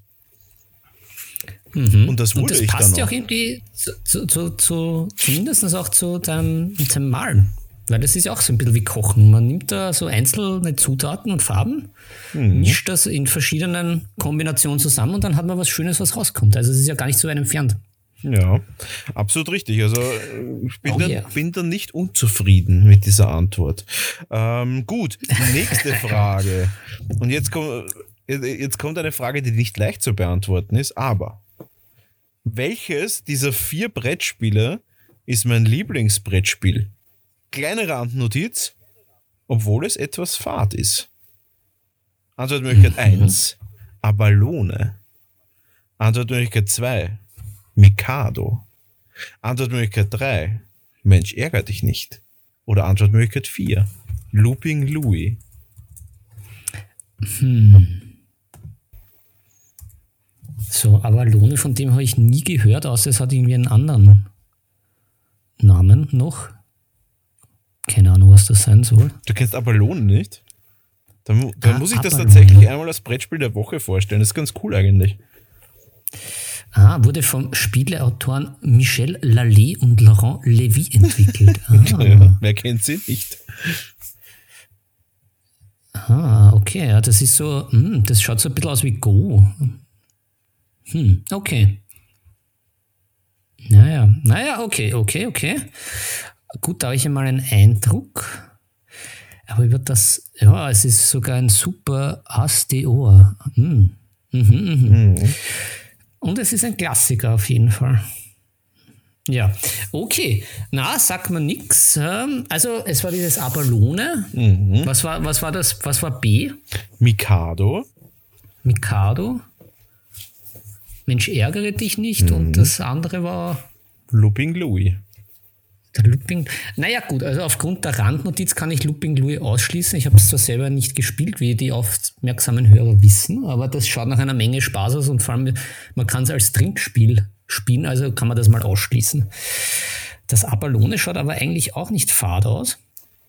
Und das wurde ich dann auch. Das passt ja auch irgendwie zumindest auch zu deinem Malen. Weil das ist ja auch so ein bisschen wie Kochen. Man nimmt da so einzelne Zutaten und Farben, mischt das in verschiedenen Kombinationen zusammen und dann hat man was Schönes, was rauskommt. Also es ist ja gar nicht so weit entfernt. Ja, absolut richtig. Also ich bin da nicht unzufrieden mit dieser Antwort. Gut, nächste Frage. Und jetzt kommt eine Frage, die nicht leicht zu beantworten ist, aber welches dieser 4 Brettspiele ist mein Lieblingsbrettspiel? Kleine Randnotiz, obwohl es etwas fad ist. Antwortmöglichkeit 1, Abalone. Antwortmöglichkeit 2, Mikado. Antwortmöglichkeit 3, Mensch, ärger dich nicht. Oder Antwortmöglichkeit 4, Looping Louie. So, Avalone, von dem habe ich nie gehört, außer es hat irgendwie einen anderen Namen noch. Keine Ahnung, was das sein soll. Du kennst Abalone nicht? Dann muss ich das tatsächlich einmal als Brettspiel der Woche vorstellen. Das ist ganz cool eigentlich. Wurde vom Spieleautoren Michel Lallet und Laurent Lévy entwickelt. Ja, wer kennt sie nicht? Okay, ja, das ist so, das schaut so ein bisschen aus wie Go. Okay. Naja, okay. Gut, da habe ich einmal einen Eindruck. Aber über das, ja, es ist sogar ein super HDO. Und es ist ein Klassiker auf jeden Fall. Ja, okay. Na, sagt man nix. Also, es war dieses Abalone. Was war das? Was war B? Mikado. Mensch, ärgere dich nicht. Und das andere war Looping Louie. Der Looping. Naja, gut, also aufgrund der Randnotiz kann ich Looping Louis ausschließen. Ich habe es zwar selber nicht gespielt, wie die aufmerksamen Hörer wissen, aber das schaut nach einer Menge Spaß aus und vor allem, man kann es als Trinkspiel spielen, also kann man das mal ausschließen. Das Abalone schaut aber eigentlich auch nicht fad aus.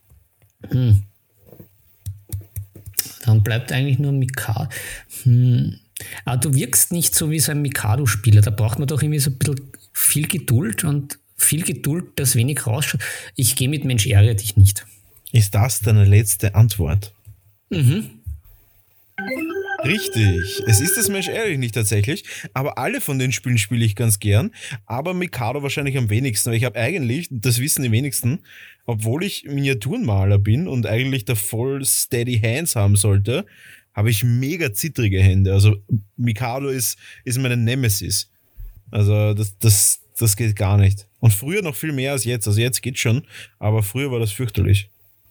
Dann bleibt eigentlich nur Mikado. Aber du wirkst nicht so wie so ein Mikado-Spieler. Da braucht man doch irgendwie so ein bisschen viel Geduld und viel Geduld, dass wenig rausschaut. Ich gehe mit Mensch ärgere dich nicht. Ist das deine letzte Antwort? Richtig, es ist das Mensch ärgere dich nicht tatsächlich, aber alle von den Spielen spiele ich ganz gern, aber Mikado wahrscheinlich am wenigsten, weil ich habe eigentlich, das wissen die wenigsten, obwohl ich Miniaturenmaler bin und eigentlich da voll steady hands haben sollte, habe ich mega zittrige Hände. Also Mikado ist meine Nemesis. Also das geht gar nicht. Und früher noch viel mehr als jetzt. Also jetzt geht's schon, aber früher war das fürchterlich.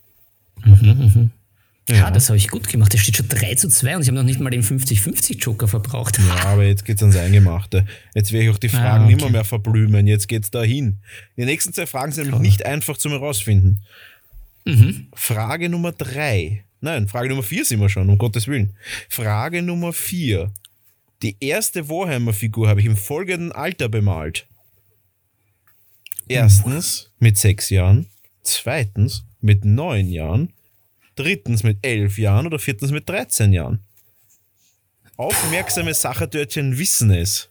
Ja, das habe ich gut gemacht. Es steht schon 3:2 und ich habe noch nicht mal den 50-50 Joker verbraucht. Ja, aber jetzt geht's ans Eingemachte. Jetzt werde ich auch die Fragen nicht mehr verblümen. Jetzt geht's dahin. Die nächsten 2 Fragen sind nämlich nicht einfach zum Herausfinden. Frage Nummer 3. Nein, Frage Nummer 4 sind wir schon, um Gottes Willen. Frage Nummer 4. Die erste Warhammer-Figur habe ich im folgenden Alter bemalt. Erstens mit 6 Jahren, zweitens mit 9 Jahren, drittens mit 11 Jahren oder viertens mit 13 Jahren. Aufmerksame Sachertörtchen wissen es.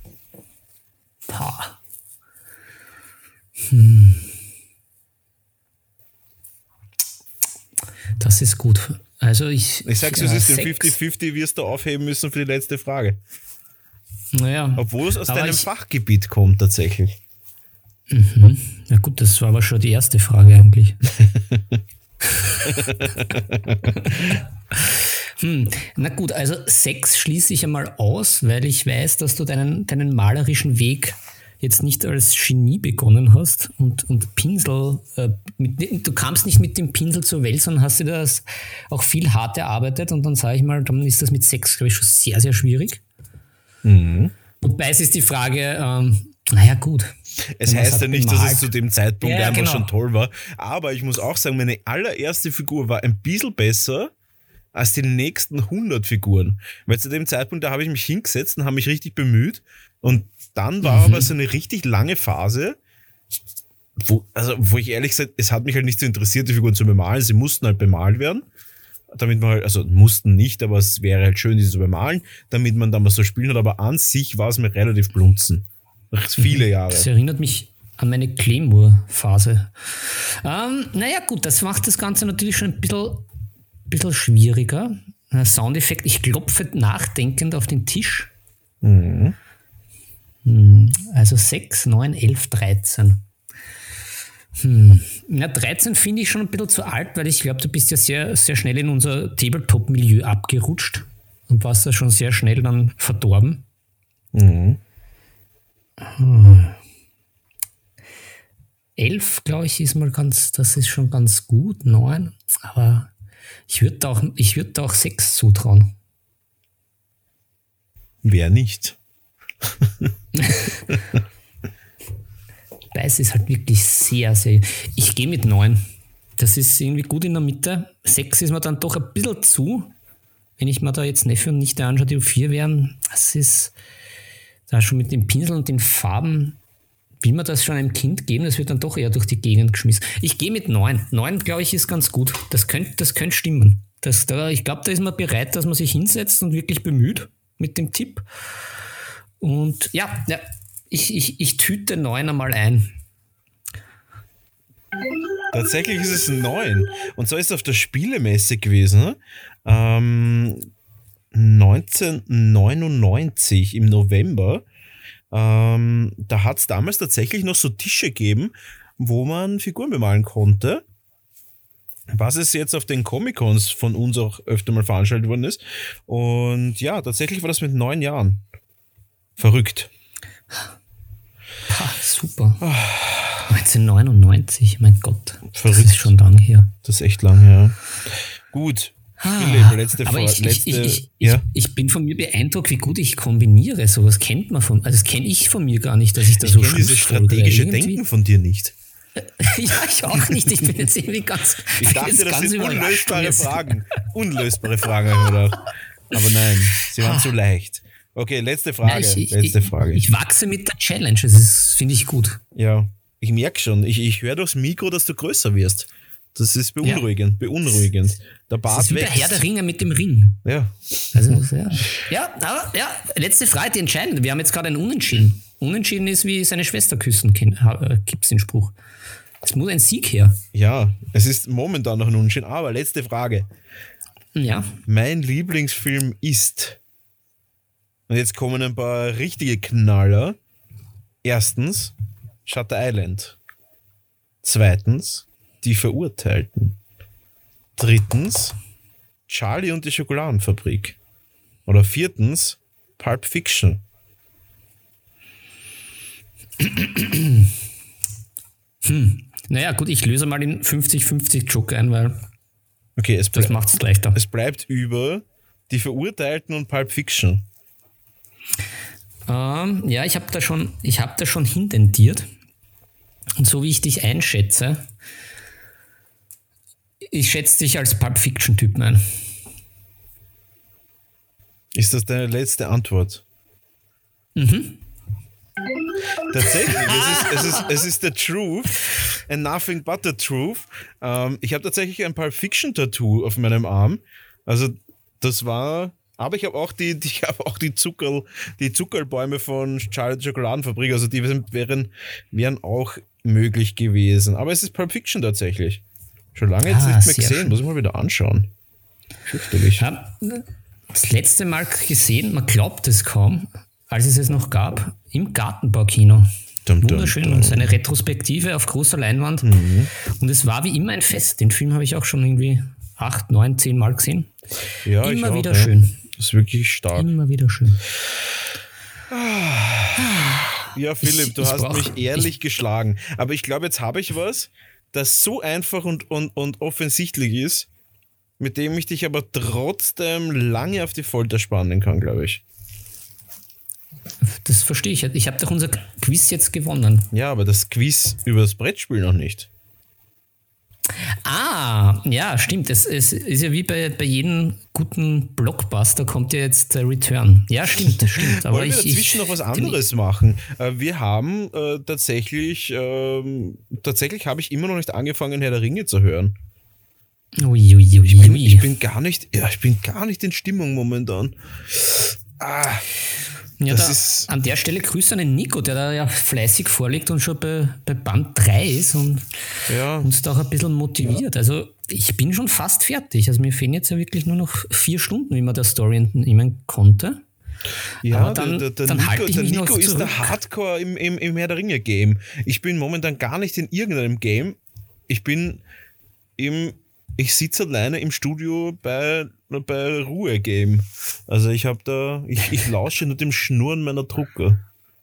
Das ist gut. Also ich sag's, es ist den 50-50 wirst du aufheben müssen für die letzte Frage. Naja. Obwohl es aus deinem Fachgebiet kommt tatsächlich. Na gut, das war aber schon die erste Frage eigentlich. Na gut, also 6 schließe ich einmal aus, weil ich weiß, dass du deinen malerischen Weg jetzt nicht als Genie begonnen hast und Pinsel, du kamst nicht mit dem Pinsel zur Welt, sondern hast dir das auch viel hart erarbeitet und dann sage ich mal, dann ist das mit 6, glaube ich, schon sehr, sehr schwierig. Wobei es ist die Frage, naja gut. Es heißt ja nicht, dass es zu dem Zeitpunkt einfach schon toll war, aber ich muss auch sagen, meine allererste Figur war ein bisschen besser als die nächsten 100 Figuren, weil zu dem Zeitpunkt, da habe ich mich hingesetzt und habe mich richtig bemüht und dann war aber so eine richtig lange Phase, wo ich ehrlich gesagt, es hat mich halt nicht so interessiert, die Figuren zu bemalen, sie mussten halt bemalt werden, damit man halt, also mussten nicht, aber es wäre halt schön, diese zu bemalen, damit man dann was so spielen hat, aber an sich war es mir relativ blunzen. Viele Jahre. Das erinnert mich an meine Claymore-Phase. Naja gut, das macht das Ganze natürlich schon ein bisschen schwieriger. Soundeffekt, ich klopfe nachdenkend auf den Tisch. Also 6, 9, 11, 13. Ja, 13 finde ich schon ein bisschen zu alt, weil ich glaube, du bist ja sehr, sehr schnell in unser Tabletop-Milieu abgerutscht und warst da schon sehr schnell dann verdorben. 11, glaube ich, das ist schon ganz gut. 9, aber ich würde auch 6 zutrauen. Wer nicht? Weiß ist halt wirklich sehr, sehr. Ich gehe mit 9. Das ist irgendwie gut in der Mitte. 6 ist mir dann doch ein bisschen zu. Wenn ich mir da jetzt Neffe und Nichte anschaue, die 4 wären, das ist da schon mit dem Pinsel und den Farben, will man das schon einem Kind geben, das wird dann doch eher durch die Gegend geschmissen. Ich gehe mit 9. 9, glaube ich, ist ganz gut. Das könnte stimmen. Ich glaube, da ist man bereit, dass man sich hinsetzt und wirklich bemüht mit dem Tipp. Und ja, ich tüte 9 einmal ein. Tatsächlich ist es 9. Und zwar ist es auf der Spielemesse gewesen. 1999 im November. Da hat es damals tatsächlich noch so Tische gegeben, wo man Figuren bemalen konnte. Was es jetzt auf den Comic-Cons von uns auch öfter mal veranstaltet worden ist. Und ja, tatsächlich war das mit 9 Jahren. Verrückt. Super. 1999, mein Gott. Verrückt. Das ist schon lang her. Das ist echt lang her. Gut. Letzte aber Frage. Ich bin von mir beeindruckt, wie gut ich kombiniere. Sowas kennt man das kenne ich von mir gar nicht, dass ich da so dieses strategische Denken von dir nicht. Ja, ich auch nicht. Ich bin jetzt irgendwie ganz. Ich dachte, das sind unlösbare Fragen. Unlösbare Fragen, habe ich gedacht. Aber nein, sie waren zu leicht. Okay, letzte Frage. Ich wachse mit der Challenge. Das finde ich gut. Ja, ich merke schon. Ich höre durchs Mikro, dass du größer wirst. Das ist beunruhigend. Ja. Beunruhigend. Der Bart das ist wie wächst. der Herr der Ringe mit dem Ring. Ja. Also, aber letzte Frage, die entscheidende. Wir haben jetzt gerade ein Unentschieden. Unentschieden ist wie seine Schwester küssen, gibt es den Spruch. Es muss ein Sieg her. Ja, es ist momentan noch ein Unentschieden. Aber letzte Frage. Ja. Mein Lieblingsfilm ist... Und jetzt kommen ein paar richtige Knaller. Erstens, Shutter Island. Zweitens, Die Verurteilten. Drittens, Charlie und die Schokoladenfabrik. Oder viertens, Pulp Fiction. Naja, gut, ich löse mal den 50-50 Joker ein, weil okay, das macht es leichter. Es bleibt über Die Verurteilten und Pulp Fiction. Ja, ich habe da schon hintendiert. Und so wie ich dich einschätze, ich schätze dich als Pulp Fiction-Typ ein. Ist das deine letzte Antwort? Mhm. Tatsächlich, es ist the truth and nothing but the truth. Ich habe tatsächlich ein Pulp Fiction Tattoo auf meinem Arm. Also das war, aber ich habe auch die Zuckerlbäume von Charlie Schokoladenfabrik, also die wären auch möglich gewesen. Aber es ist Pulp Fiction tatsächlich. Schon lange jetzt nicht mehr gesehen, schön. Muss ich mal wieder anschauen. Fürchterlich. Ja, das letzte Mal gesehen, man glaubt es kaum, als es noch gab, im Gartenbaukino. Wunderschön. Und seine Retrospektive auf großer Leinwand. Mhm. Und es war wie immer ein Fest. Den Film habe ich auch schon irgendwie 8, 9, 10 Mal gesehen. Ja, immer ich wieder auch, schön. Das ist wirklich stark. Immer wieder schön. Ja, Philipp, du hast mich ehrlich geschlagen. Aber ich glaube, jetzt habe ich was, das so einfach und offensichtlich ist, mit dem ich dich aber trotzdem lange auf die Folter spannen kann, glaube ich. Das verstehe ich. Ich habe doch unser Quiz jetzt gewonnen. Ja, aber das Quiz über das Brettspiel noch nicht. Ah, ja, stimmt. Es ist ja wie bei jedem guten Blockbuster kommt ja jetzt der Return. Ja, stimmt. Aber wollen wir dazwischen noch was anderes machen? Wir haben tatsächlich habe ich immer noch nicht angefangen, Herr der Ringe zu hören. Ich bin gar nicht in Stimmung momentan. Ja, an der Stelle Grüße an den Nico, der da ja fleißig vorliegt und schon bei Band 3 ist und uns da auch ein bisschen motiviert. Also ich bin schon fast fertig. Also mir fehlen jetzt ja wirklich nur noch 4 Stunden, wie man der Story entnehmen konnte. Ja, aber dann halte ich mich Nico noch ist der Hardcore im Herr der Ringe Game. Ich bin momentan gar nicht in irgendeinem Game. Ich sitze alleine im Studio bei Ruhe-Game. Also ich lausche nur dem Schnurren meiner Drucker.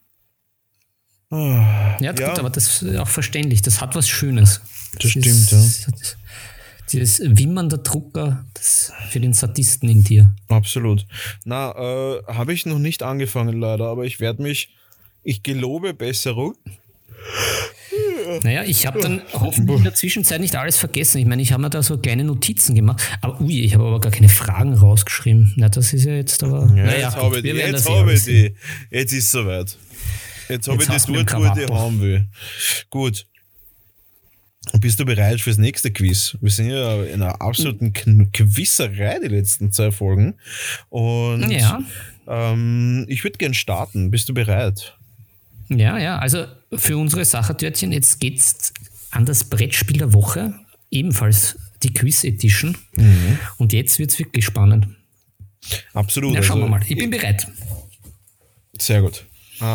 Ja, gut, aber das ist auch verständlich. Das hat was Schönes. Das stimmt, ja. Dieses Wimmern der Drucker, das für den Sadisten in dir. Absolut. Habe ich noch nicht angefangen leider, aber ich gelobe Besserung. Naja, ich habe dann hoffentlich in der Zwischenzeit nicht alles vergessen. Ich meine, ich habe mir da so kleine Notizen gemacht. Aber ich habe aber gar keine Fragen rausgeschrieben. Na, das ist ja jetzt aber... Ja, jetzt habe ich die. Jetzt ist es soweit. Jetzt habe ich das dort, wo ich die haben will. Gut. Bist du bereit fürs nächste Quiz? Wir sind ja in einer absoluten Quizerei die letzten 2 Folgen. Und ja. Ich würde gern starten. Bist du bereit? Ja, also für unsere Sachertörtchen, jetzt geht's an das Brettspiel der Woche, ebenfalls die Quiz-Edition. Mhm. Und jetzt wird's wirklich spannend. Absolut. Na, schauen wir mal. Ich bin bereit. Sehr gut.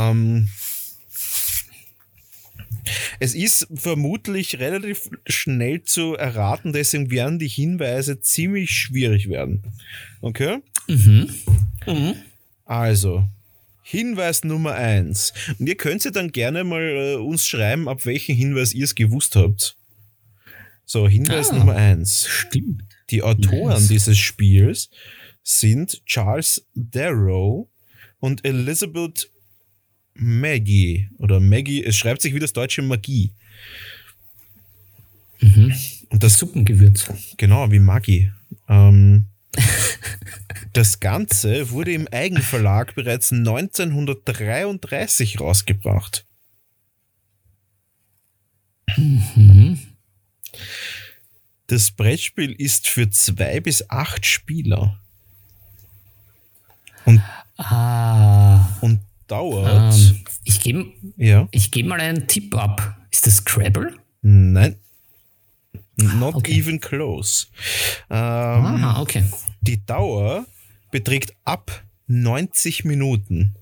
Es ist vermutlich relativ schnell zu erraten, deswegen werden die Hinweise ziemlich schwierig werden. Okay? Mhm. Also, Hinweis Nummer 1. Und ihr könnt ja dann gerne mal uns schreiben, ab welchem Hinweis ihr es gewusst habt. So, Hinweis Nummer 1. Stimmt. Die Autoren dieses Spiels sind Charles Darrow und Elizabeth Maggie. Oder Maggie, es schreibt sich wie das deutsche Magie. das Suppengewürz. Genau, wie Maggi. Das Ganze wurde im Eigenverlag bereits 1933 rausgebracht. Das Brettspiel ist für 2 bis 8 Spieler. Und dauert. Ich gebe mal einen Tipp ab. Ist das Scrabble? Nein. Not even close. Okay. Die Dauer beträgt ab 90 Minuten,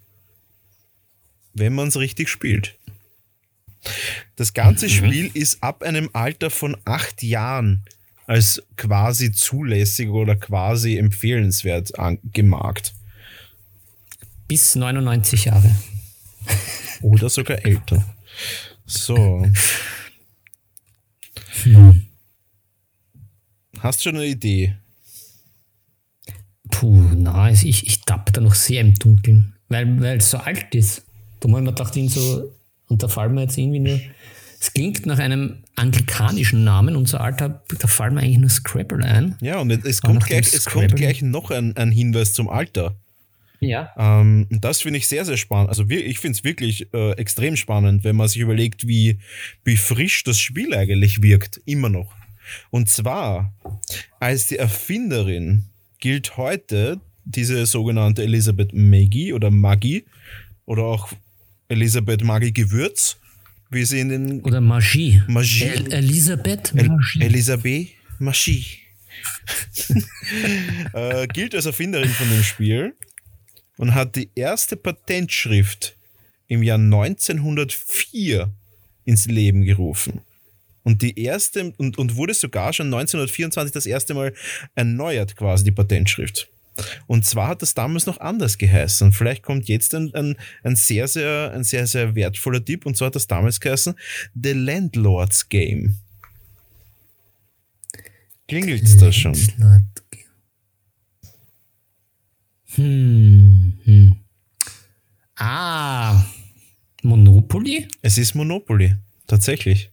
wenn man es richtig spielt. Das ganze Spiel ist ab einem Alter von 8 Jahren als quasi zulässig oder quasi empfehlenswert gemarkt. Bis 99 Jahre. Oder sogar älter. So. Hast du schon eine Idee? Ich tapp da noch sehr im Dunkeln, weil es so alt ist. Da haben wir gedacht, und da fallen wir jetzt irgendwie nur, es klingt nach einem anglikanischen Namen und so Alter, da fallen wir eigentlich nur Scrabble ein. Ja, und es kommt gleich noch ein Hinweis zum Alter. Ja. Das finde ich sehr, sehr spannend. Also ich finde es wirklich extrem spannend, wenn man sich überlegt, wie frisch das Spiel eigentlich wirkt, immer noch. Und zwar, als die Erfinderin gilt heute diese sogenannte Elisabeth Maggie oder auch Elisabeth Maggie Gewürz, wie sie in den... Oder Magie. Elisabeth Magie. Elisabeth Magie. Gilt als Erfinderin von dem Spiel und hat die erste Patentschrift im Jahr 1904 ins Leben gerufen. Und die erste, und wurde sogar schon 1924 das erste Mal erneuert, quasi die Patentschrift. Und zwar hat das damals noch anders geheißen. Vielleicht kommt jetzt ein sehr, sehr wertvoller Tipp, und zwar hat das damals geheißen The Landlord's Game. Klingelt's da schon? Monopoly? Es ist Monopoly, tatsächlich.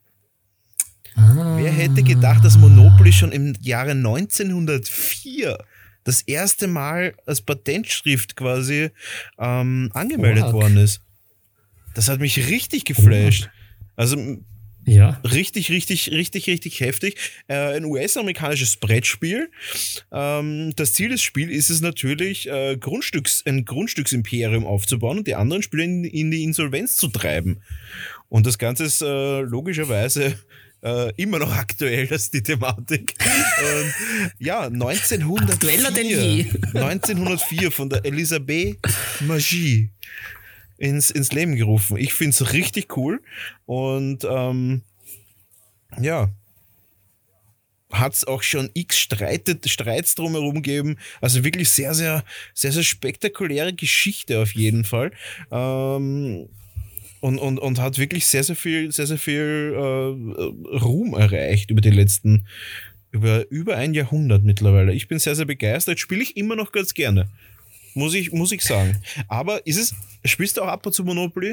Wer hätte gedacht, dass Monopoly schon im Jahre 1904 das erste Mal als Patentschrift quasi angemeldet worden ist? Das hat mich richtig geflasht. Also ja. Richtig heftig. Ein US-amerikanisches Brettspiel. Das Ziel des Spiels ist es natürlich, ein Grundstücksimperium aufzubauen und die anderen Spieler in die Insolvenz zu treiben. Und das Ganze ist logischerweise immer noch aktuell, das ist die Thematik. Und ja, 1904 von der Elisabeth Magie ins Leben gerufen. Ich finde es richtig cool und hat es auch schon x Streits drumherum gegeben. Also wirklich sehr, sehr, sehr, sehr spektakuläre Geschichte auf jeden Fall. Und hat wirklich sehr, sehr viel Ruhm erreicht über über ein Jahrhundert mittlerweile. Ich bin sehr, sehr begeistert. Spiele ich immer noch ganz gerne. Muss ich sagen. Aber spielst du auch ab und zu Monopoly?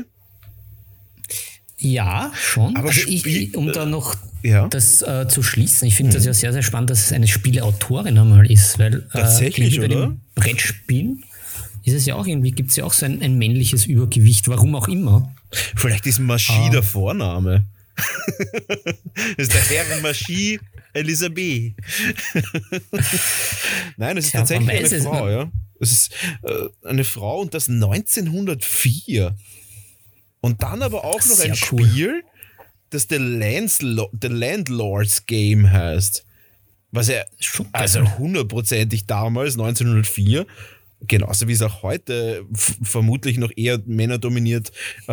Ja, schon. Aber also um da noch das zu schließen, ich finde das ja sehr, sehr spannend, dass es eine Spieleautorin einmal ist, weil tatsächlich, bei den Brettspielen ist es ja auch irgendwie, gibt es ja auch so ein männliches Übergewicht, warum auch immer. Vielleicht ist Magie der Vorname. Das ist der Herr Magie Elisabeth. Nein, es ist tatsächlich eine Frau, ja. Es ist eine Frau und das 1904. Und dann aber auch noch ein Spiel, das The Landlord's Game heißt. Was ja also hundertprozentig damals, 1904, genauso wie es auch heute vermutlich noch eher Männer dominiert,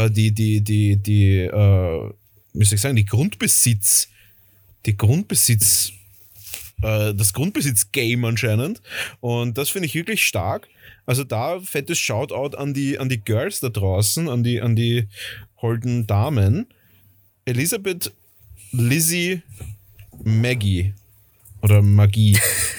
das Grundbesitz-Game anscheinend. Und das finde ich wirklich stark. Also da fettes Shoutout an die Girls da draußen, an die holden Damen. Elisabeth Lizzie Maggie oder Magie.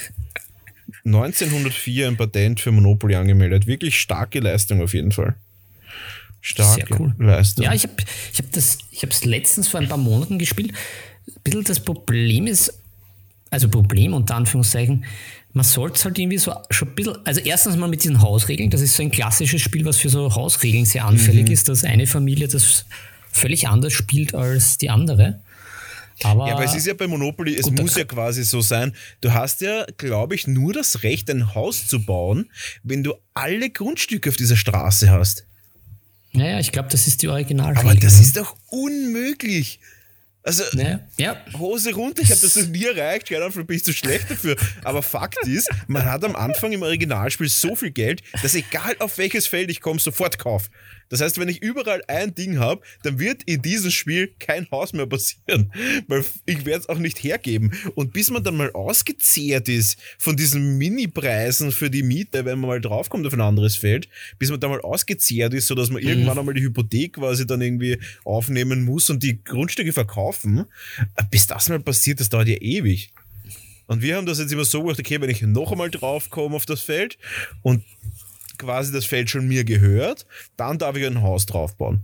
1904 ein Patent für Monopoly angemeldet. Wirklich starke Leistung auf jeden Fall. Starke Leistung. Ja, ich hab das letztens vor ein paar Monaten gespielt. bisschen das Problem ist, also Problem unter Anführungszeichen, man sollte es halt irgendwie so schon ein bisschen, also erstens mal mit diesen Hausregeln, das ist so ein klassisches Spiel, was für so Hausregeln sehr anfällig ist, dass eine Familie das völlig anders spielt als die andere. Aber es ist ja bei Monopoly, es muss ja quasi so sein, du hast ja, glaube ich, nur das Recht, ein Haus zu bauen, wenn du alle Grundstücke auf dieser Straße hast. Naja, ich glaube, das ist die Originalregel. Aber das ist doch unmöglich. Also, ja. Hose runter, ich habe das noch nie erreicht, keine Ahnung, vielleicht bin ich zu schlecht dafür. Aber Fakt ist, man hat am Anfang im Originalspiel so viel Geld, dass egal auf welches Feld ich komme, sofort kaufe. Das heißt, wenn ich überall ein Ding habe, dann wird in diesem Spiel kein Haus mehr passieren, weil ich werde es auch nicht hergeben. Und bis man dann mal ausgezehrt ist von diesen Mini-Preisen für die Miete, wenn man mal draufkommt auf ein anderes Feld, bis man da mal ausgezehrt ist, sodass man irgendwann einmal die Hypothek quasi dann irgendwie aufnehmen muss und die Grundstücke verkaufen, bis das mal passiert, das dauert ja ewig. Und wir haben das jetzt immer so gemacht, okay, wenn ich noch einmal draufkomme auf das Feld und quasi das Feld schon mir gehört, dann darf ich ein Haus draufbauen.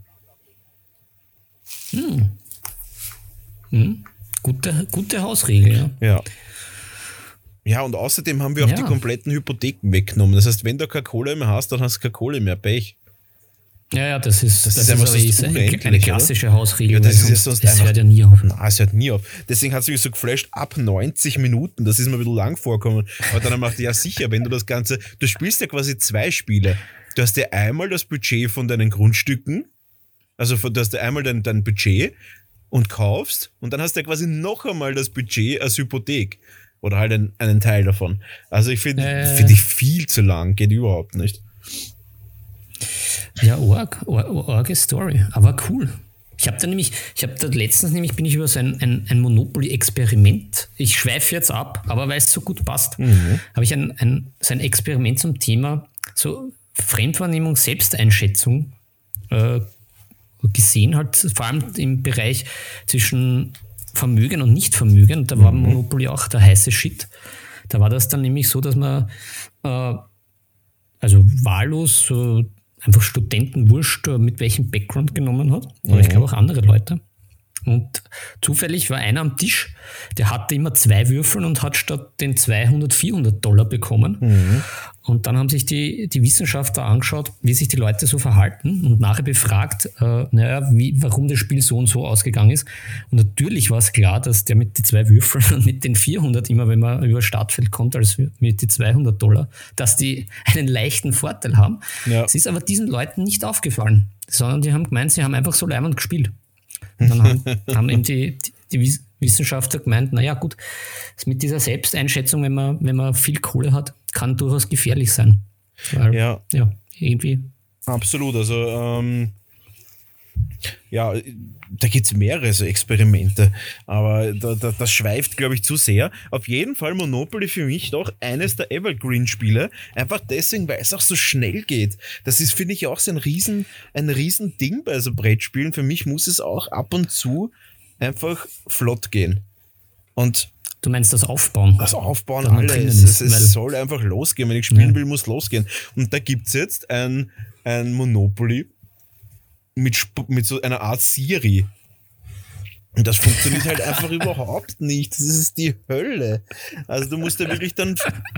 Gute Hausregel, ja. Ja, und außerdem haben wir auch die kompletten Hypotheken weggenommen. Das heißt, wenn du keine Kohle mehr hast, dann hast du keine Kohle mehr, Pech. Ja, das ist einfach so eine klassische Hausregel. Ja, das ist sonst das hört ja nie auf. Nein, es hört nie auf. Deswegen hat es mich so geflasht, ab 90 Minuten, das ist mir ein bisschen lang vorgekommen. Aber dann macht ja sicher, wenn du das Ganze, du spielst ja quasi 2 Spiele. Du hast ja einmal das Budget von deinen Grundstücken, also du hast ja einmal dein Budget und kaufst und dann hast du ja quasi noch einmal das Budget als Hypothek. Oder halt einen Teil davon. Also ich finde ich viel zu lang, geht überhaupt nicht. Ja, orge Story, aber cool. Ich habe da letztens bin ich über so ein Monopoly-Experiment, ich schweife jetzt ab, aber weil es so gut passt, habe ich so ein Experiment zum Thema so Fremdwahrnehmung, Selbsteinschätzung gesehen, halt vor allem im Bereich zwischen Vermögen und Nichtvermögen. Da war Monopoly auch der heiße Shit. Da war das dann nämlich so, dass man also wahllos so einfach Studenten wurscht, mit welchem Background genommen hat. Aber ich glaube auch andere Leute. Und zufällig war einer am Tisch, der hatte immer 2 Würfel und hat statt den $200 bekommen. Und dann haben sich die Wissenschaftler angeschaut, wie sich die Leute so verhalten und nachher befragt, warum das Spiel so und so ausgegangen ist. Und natürlich war es klar, dass der mit den 2 Würfeln und mit den 400 immer, wenn man über Startfeld kommt, als mit den $200, dass die einen leichten Vorteil haben. Ja. Es ist aber diesen Leuten nicht aufgefallen, sondern die haben gemeint, sie haben einfach so leimend gespielt. Und dann haben eben die Wissenschaftler gemeint, naja gut, mit dieser Selbsteinschätzung, wenn man viel Kohle hat, kann durchaus gefährlich sein. Weil, ja, irgendwie. Absolut, also da gibt es mehrere so Experimente, aber das schweift, glaube ich, zu sehr. Auf jeden Fall Monopoly für mich doch eines der Evergreen-Spiele, einfach deswegen, weil es auch so schnell geht. Das ist, finde ich, auch so ein riesen Ding bei so Brettspielen. Für mich muss es auch ab und zu einfach flott gehen. Und du meinst das Aufbauen? Das Aufbauen, alles. Es soll einfach losgehen. Wenn ich spielen will, muss losgehen. Und da gibt es jetzt ein Monopoly mit so einer Art Siri. Und das funktioniert halt einfach überhaupt nicht. Das ist die Hölle. Also du musst da wirklich dann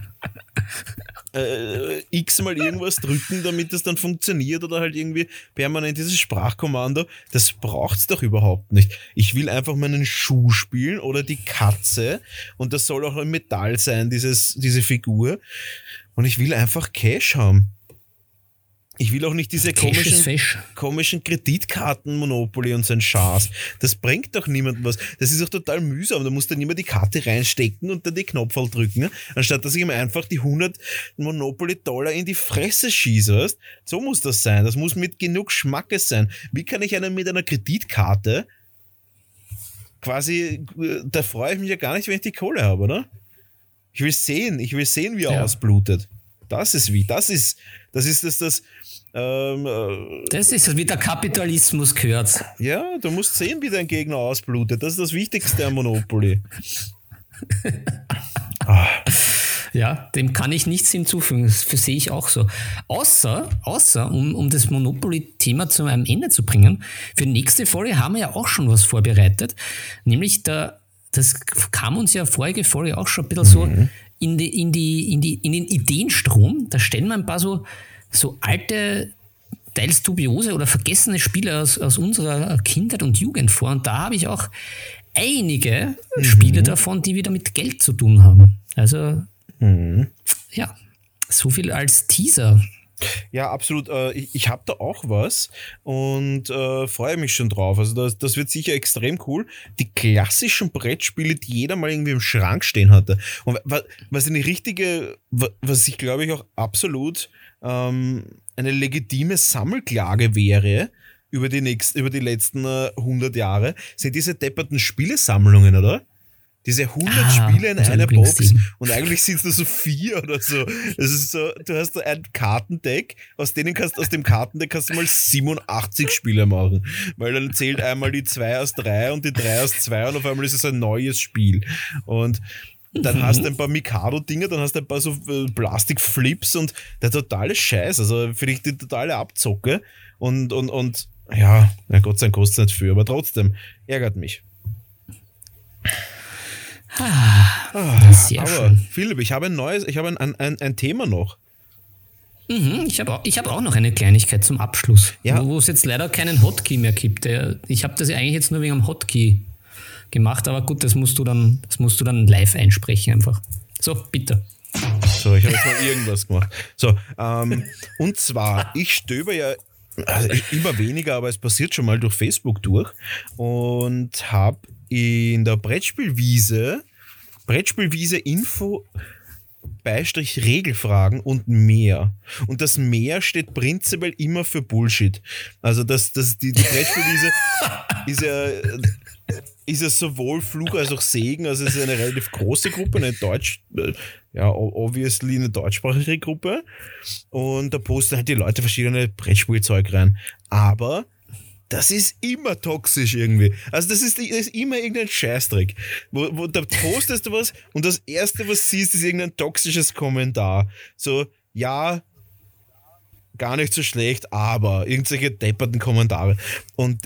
x-mal irgendwas drücken, damit das dann funktioniert oder halt irgendwie permanent dieses Sprachkommando. Das braucht's doch überhaupt nicht. Ich will einfach meinen Schuh spielen oder die Katze und das soll auch ein Metall sein, diese Figur. Und ich will einfach Cash haben. Ich will auch nicht diese komischen Kreditkarten-Monopoly und so ein Schaß. Das bringt doch niemandem was. Das ist auch total mühsam. Da musst du dann immer die Karte reinstecken und dann die Knopfel drücken, anstatt dass ich ihm einfach die $100 Monopoly-Dollar in die Fresse schieße. Weißt? So muss das sein. Das muss mit genug Schmackes sein. Wie kann ich einen mit einer Kreditkarte quasi, da freue ich mich ja gar nicht, wenn ich die Kohle habe, oder? Ich will sehen, wie er ausblutet. Das ist, wie der Kapitalismus gehört. Ja, du musst sehen, wie dein Gegner ausblutet. Das ist das Wichtigste am Monopoly. Ja, dem kann ich nichts hinzufügen. Das sehe ich auch so. Außer um das Monopoly-Thema zu einem Ende zu bringen, für die nächste Folge haben wir ja auch schon was vorbereitet. Nämlich der das kam uns ja vorige Folge auch schon ein bisschen so in den Ideenstrom. Da stellen wir ein paar so alte, teils dubiose oder vergessene Spiele aus unserer Kindheit und Jugend vor. Und da habe ich auch einige Spiele davon, die wieder mit Geld zu tun haben. Also, ja, so viel als Teaser. Ja, absolut. Ich habe da auch was und freue mich schon drauf. Also das wird sicher extrem cool. Die klassischen Brettspiele, die jeder mal irgendwie im Schrank stehen hatte. Und was ich glaube ich auch absolut eine legitime Sammelklage wäre über die letzten 100 Jahre, sind diese depperten Spielesammlungen, oder? Diese 100 Spiele in einer Box und eigentlich sind es nur so 4 oder so. Es ist so, du hast ein Kartendeck, aus dem Kartendeck kannst du mal 87 Spiele machen, weil dann zählt einmal die 2 aus 3 und die 3 aus 2 und auf einmal ist es ein neues Spiel. Und dann hast du ein paar Mikado-Dinger, dann hast du ein paar so Plastikflips und der totale Scheiß, also für dich die totale Abzocke und ja, Gott sei Dank kostet es nicht viel, aber trotzdem ärgert mich. Sehr aber schön. Philipp, ich habe ein Thema noch. Ich hab auch noch eine Kleinigkeit zum Abschluss, Ja. wo es jetzt leider keinen Hotkey mehr gibt. Ich habe das ja eigentlich jetzt nur wegen dem Hotkey gemacht, aber gut, das musst du dann live einsprechen einfach. So, bitte. So, ich habe jetzt mal irgendwas gemacht. So, und zwar, ich stöber ja immer weniger, aber es passiert schon mal durch Facebook durch und habe in der Brettspielwiese Info Regelfragen und mehr. Und das mehr steht prinzipiell immer für Bullshit. Also die Brettspielwiese ist ja sowohl Fluch als auch Segen, also es ist eine relativ große Gruppe, obviously eine deutschsprachige Gruppe. Und da posten halt die Leute verschiedene Brettspielzeug rein. Aber das ist immer toxisch irgendwie. Also das ist immer irgendein Scheißdreck. Wo da postest du was und das Erste, was siehst, ist irgendein toxisches Kommentar. So, ja, gar nicht so schlecht, aber irgendwelche depperten Kommentare. Und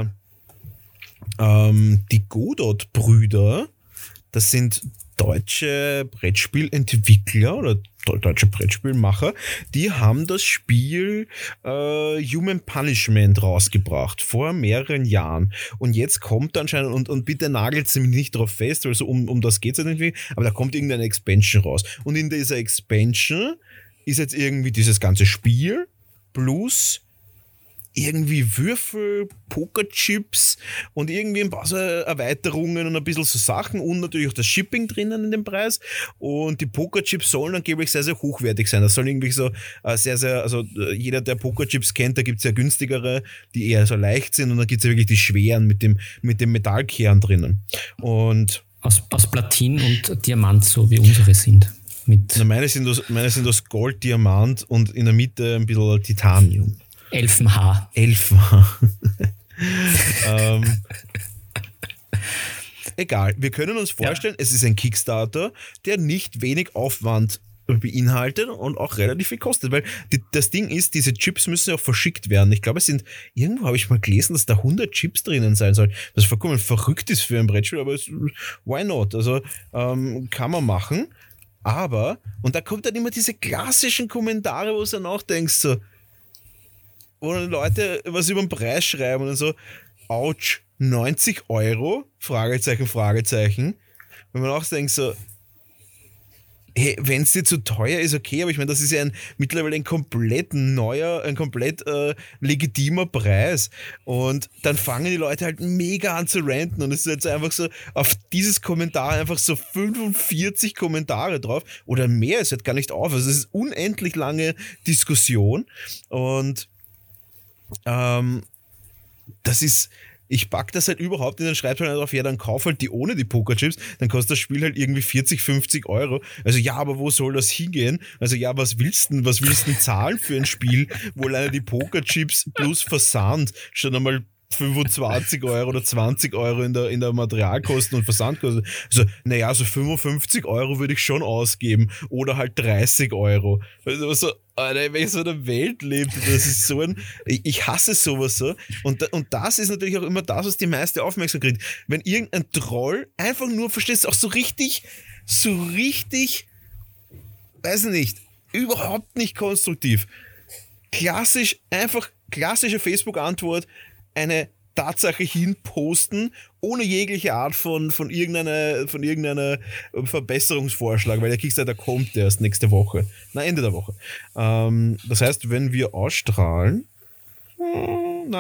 die Godot-Brüder, das sind deutsche Brettspielentwickler oder deutsche Brettspielmacher, die haben das Spiel Human Punishment rausgebracht vor mehreren Jahren. Und jetzt kommt anscheinend, und bitte nagelt sie mich nicht drauf fest, also um das geht es irgendwie, aber da kommt irgendeine Expansion raus. Und in dieser Expansion ist jetzt irgendwie dieses ganze Spiel plus irgendwie Würfel, Pokerchips und irgendwie ein paar so Erweiterungen und ein bisschen so Sachen und natürlich auch das Shipping drinnen in dem Preis. Und die Pokerchips sollen angeblich sehr, sehr hochwertig sein. Das soll irgendwie so sehr, sehr, also jeder, der Pokerchips kennt, da gibt es ja günstigere, die eher so leicht sind und dann gibt es ja wirklich die schweren mit dem Metallkern drinnen. Und aus Platin und Diamant, so wie unsere sind. Meine sind aus Gold, Diamant und in der Mitte ein bisschen Titanium. Elfenhaar. Egal, wir können uns vorstellen, es ist ein Kickstarter, der nicht wenig Aufwand beinhaltet und auch relativ viel kostet, weil das Ding ist, diese Chips müssen ja auch verschickt werden. Ich glaube, irgendwo habe ich mal gelesen, dass da 100 Chips drinnen sein sollen, was vollkommen verrückt ist für ein Brettspiel, aber why not? Also kann man machen, aber, und da kommt dann immer diese klassischen Kommentare, wo du dann auch denkst, so, wo dann Leute was über den Preis schreiben und dann so, ouch, 90 €? Fragezeichen. Wenn man auch denkt so, hey, wenn es dir zu teuer ist, okay, aber ich meine, das ist ja mittlerweile ein komplett legitimer Preis. Und dann fangen die Leute halt mega an zu ranten und es ist jetzt einfach so, auf dieses Kommentar einfach so 45 Kommentare drauf oder mehr, es hört gar nicht auf. Also es ist unendlich lange Diskussion und ich pack das halt überhaupt in den Schreibtisch drauf, ja, dann kauf halt die ohne die Pokerchips, dann kostet das Spiel halt irgendwie 40, 50 €. Also ja, aber wo soll das hingehen? Also ja, was willst du denn zahlen für ein Spiel, wo alleine die Pokerchips plus Versand schon einmal 25 Euro oder 20 Euro in der Materialkosten und Versandkosten. Also, naja, so 55 Euro würde ich schon ausgeben oder halt 30 Euro. Also, Alter, wenn ich so in der Welt lebe, das ist so ich hasse sowas so. Und das ist natürlich auch immer das, was die meiste Aufmerksamkeit kriegt. Wenn irgendein Troll einfach nur, verstehst du, auch so richtig, weiß nicht, überhaupt nicht konstruktiv. Klassische Facebook-Antwort, eine Tatsache hinposten, ohne jegliche Art von irgendeiner Verbesserungsvorschlag, weil der Kickstarter kommt erst nächste Woche. Ende der Woche. Das heißt, wenn wir ausstrahlen in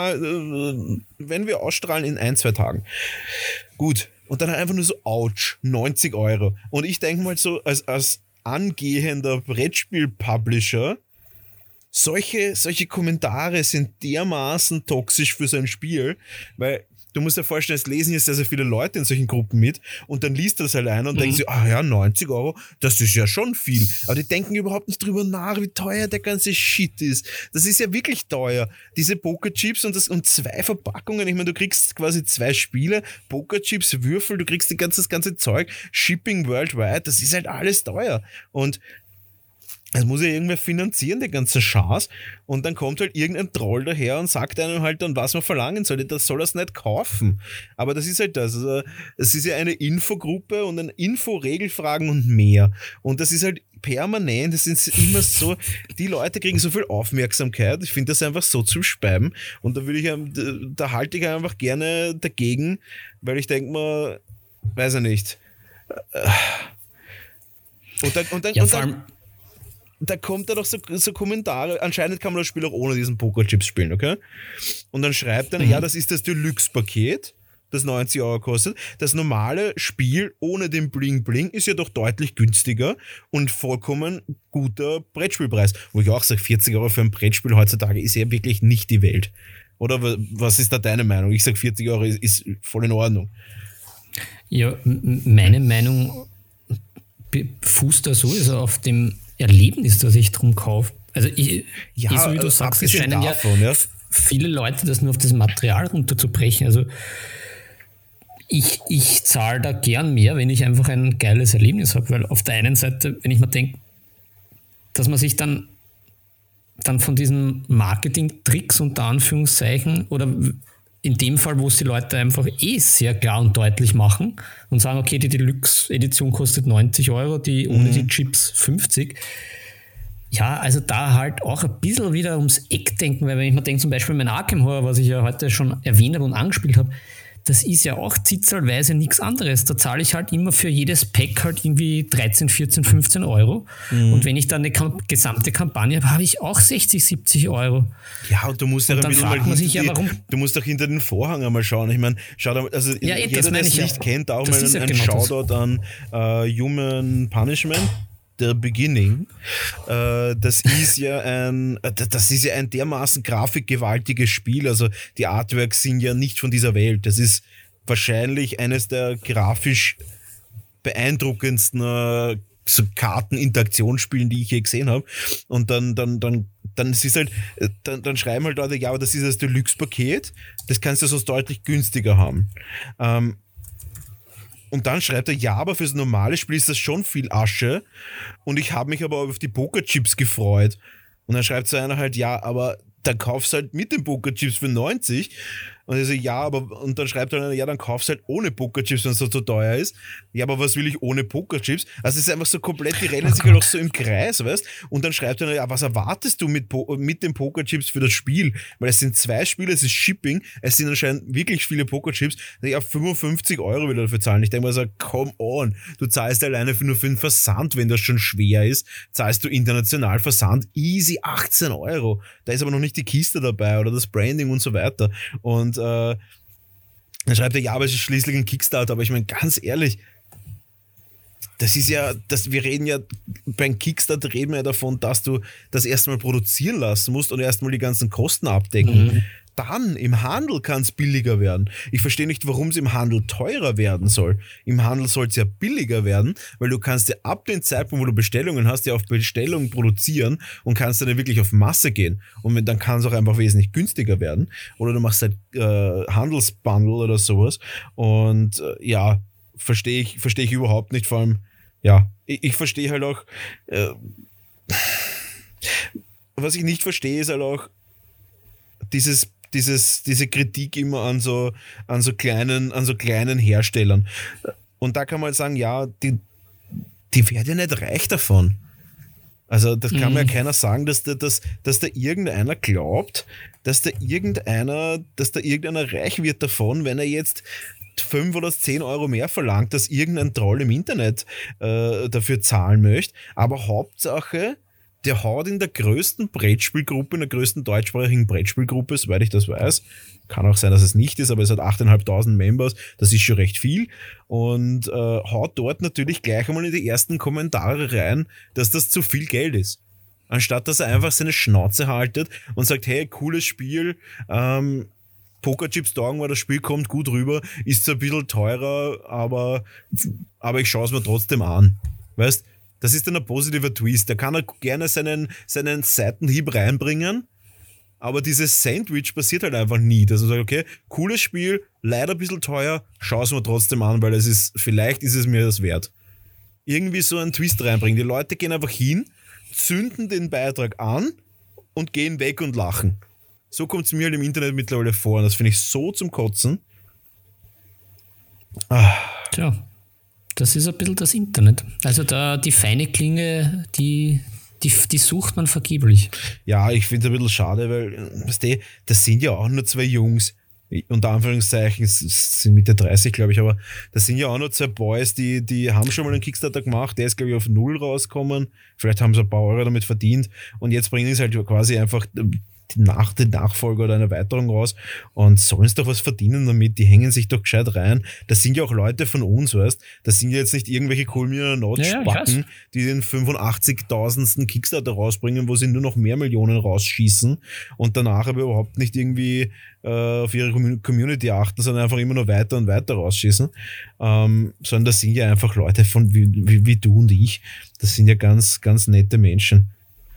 1-2 Tagen. Gut. Und dann einfach nur so, ouch, 90 Euro. Und ich denke mal so, als angehender Brettspiel-Publisher, solche Kommentare sind dermaßen toxisch für so ein Spiel, weil du musst dir vorstellen, es lesen jetzt sehr, sehr viele Leute in solchen Gruppen mit und dann liest das halt einer und denkt sich, 90 Euro, das ist ja schon viel. Aber die denken überhaupt nicht drüber nach, wie teuer der ganze Shit ist. Das ist ja wirklich teuer. Diese Pokerchips und 2 Verpackungen, ich meine, du kriegst quasi 2 Spiele, Pokerchips, Würfel, du kriegst das ganze Zeug, Shipping worldwide, das ist halt alles teuer. Und es muss ja irgendwer finanzieren, den ganzen Schatz. Und dann kommt halt irgendein Troll daher und sagt einem halt dann, was man verlangen soll. Das soll das nicht kaufen. Aber das ist halt das. Also, es ist ja eine Infogruppe und ein Info-Regelfragen und mehr. Und das ist halt permanent, das sind immer so, die Leute kriegen so viel Aufmerksamkeit. Ich finde das einfach so zum Speiben. Und da halte ich einfach gerne dagegen, weil ich denke mal, weiß ich nicht. Da kommt da doch so Kommentare, anscheinend kann man das Spiel auch ohne diesen Pokerchips spielen, okay? Und dann schreibt einer, ja, das ist das Deluxe-Paket, das 90 Euro kostet. Das normale Spiel ohne den Bling-Bling ist ja doch deutlich günstiger und vollkommen guter Brettspielpreis. Wo ich auch sage, 40 Euro für ein Brettspiel heutzutage ist ja wirklich nicht die Welt. Oder was ist da deine Meinung? Ich sage, 40 Euro ist voll in Ordnung. Ja, meine Meinung fußt da sowieso auf dem Erlebnis, das ich drum kaufe. Also so wie du sagst, es scheinen viele Leute das nur auf das Material runterzubrechen. Also ich zahle da gern mehr, wenn ich einfach ein geiles Erlebnis habe, weil auf der einen Seite, wenn ich mir denke, dass man sich dann von diesen Marketing-Tricks unter Anführungszeichen oder in dem Fall, wo es die Leute einfach sehr klar und deutlich machen und sagen, okay, die Deluxe-Edition kostet 90 Euro, die ohne die Chips 50. Ja, also da halt auch ein bisschen wieder ums Eck denken, weil wenn ich mir denke, zum Beispiel mein Arkham Horror, was ich ja heute schon erwähnt habe und angespielt habe, das ist ja auch zitzelweise nichts anderes. Da zahle ich halt immer für jedes Pack halt irgendwie 13, 14, 15 Euro. Und wenn ich dann eine gesamte Kampagne habe, habe ich auch 60, 70 Euro. Ja, und du musst ja dann fragt man sich warum. Du musst doch hinter den Vorhang einmal schauen. Ich meine, jeder, der es nicht kennt, auch mal einen Shoutout an Human Punishment. The Beginning, das ist ja ein dermaßen grafikgewaltiges Spiel, also die Artworks sind ja nicht von dieser Welt, das ist wahrscheinlich eines der grafisch beeindruckendsten so Karten-Interaktionsspielen, die ich je gesehen habe. Und dann ist halt, dann schreiben halt Leute, ja, aber das ist das Deluxe-Paket, das kannst du sonst deutlich günstiger haben. Und dann schreibt er, ja, aber fürs normale Spiel ist das schon viel Asche und ich habe mich aber auf die Pokerchips gefreut. Und dann schreibt so einer halt, ja, aber dann kaufst du halt mit den Pokerchips für 90. Und ich so, und dann schreibt er, ja, dann kaufst du halt ohne Pokerchips, wenn es so teuer ist. Ja, aber was will ich ohne Pokerchips? Also es ist einfach so komplett, die rennen sich halt auch so im Kreis, weißt? Und dann schreibt er, ja, was erwartest du mit den Pokerchips für das Spiel? Weil es sind 2 Spiele, es ist Shipping, es sind anscheinend wirklich viele Pokerchips. Ja, 55 Euro will er dafür zahlen. Ich denke mal so, come on, du zahlst alleine nur für den Versand, wenn das schon schwer ist, zahlst du international Versand easy 18 Euro. Da ist aber noch nicht die Kiste dabei oder das Branding und so weiter. Und dann schreibt er, ja, aber es ist schließlich ein Kickstarter, aber ich meine, ganz ehrlich, wir reden ja, beim Kickstarter reden wir ja davon, dass du das erstmal produzieren lassen musst und erstmal die ganzen Kosten abdecken. dann im Handel kann es billiger werden. Ich verstehe nicht, warum es im Handel teurer werden soll. Im Handel soll es ja billiger werden, weil du kannst ja ab dem Zeitpunkt, wo du Bestellungen hast, ja auf Bestellung produzieren und kannst dann wirklich auf Masse gehen. Und dann kann es auch einfach wesentlich günstiger werden. Oder du machst halt Handelsbundle oder sowas. Und verstehe ich überhaupt nicht. Vor allem, ich verstehe halt auch, was ich nicht verstehe, ist halt auch diese Kritik immer an so kleinen Herstellern. Und da kann man halt sagen, ja, die werden ja nicht reich davon. Also das kann mir ja keiner sagen, dass da irgendeiner glaubt, dass da irgendeiner reich wird davon, wenn er jetzt 5 oder 10 Euro mehr verlangt, dass irgendein Troll im Internet dafür zahlen möchte. Aber Hauptsache, der haut in der größten Brettspielgruppe, in der größten deutschsprachigen Brettspielgruppe, soweit ich das weiß, kann auch sein, dass es nicht ist, aber es hat 8.500 Members, das ist schon recht viel, und haut dort natürlich gleich einmal in die ersten Kommentare rein, dass das zu viel Geld ist. Anstatt dass er einfach seine Schnauze haltet und sagt, hey, cooles Spiel, Pokerchips taugen, weil das Spiel kommt gut rüber, ist zwar ein bisschen teurer, aber ich schaue es mir trotzdem an. Weißt, das ist dann ein positiver Twist. Da kann er gerne seinen Seitenhieb reinbringen, aber dieses Sandwich passiert halt einfach nie. Dass er sagt, okay, cooles Spiel, leider ein bisschen teuer, schau es mir trotzdem an, weil vielleicht ist es mir das wert. Irgendwie so einen Twist reinbringen. Die Leute gehen einfach hin, zünden den Beitrag an und gehen weg und lachen. So kommt es mir halt im Internet mittlerweile vor und das finde ich so zum Kotzen. Tja. Das ist ein bisschen das Internet. Also da die feine Klinge, die sucht man vergeblich. Ja, ich finde es ein bisschen schade, weil das sind ja auch nur 2 Jungs, unter Anführungszeichen, sind Mitte 30, glaube ich, aber das sind ja auch nur 2 Boys, die haben schon mal einen Kickstarter gemacht, der ist, glaube ich, auf 0 rausgekommen, vielleicht haben sie ein paar Euro damit verdient und jetzt bringen sie halt quasi einfach den Nachfolger oder eine Erweiterung raus und sollen es doch was verdienen damit, die hängen sich doch gescheit rein. Das sind ja auch Leute von uns, weißt, das sind ja jetzt nicht irgendwelche Kulminator-Spacken, die den 85.000. Kickstarter rausbringen, wo sie nur noch mehr Millionen rausschießen und danach aber überhaupt nicht irgendwie auf ihre Community achten, sondern einfach immer nur weiter und weiter rausschießen, sondern das sind ja einfach Leute von wie du und ich, das sind ja ganz, ganz nette Menschen.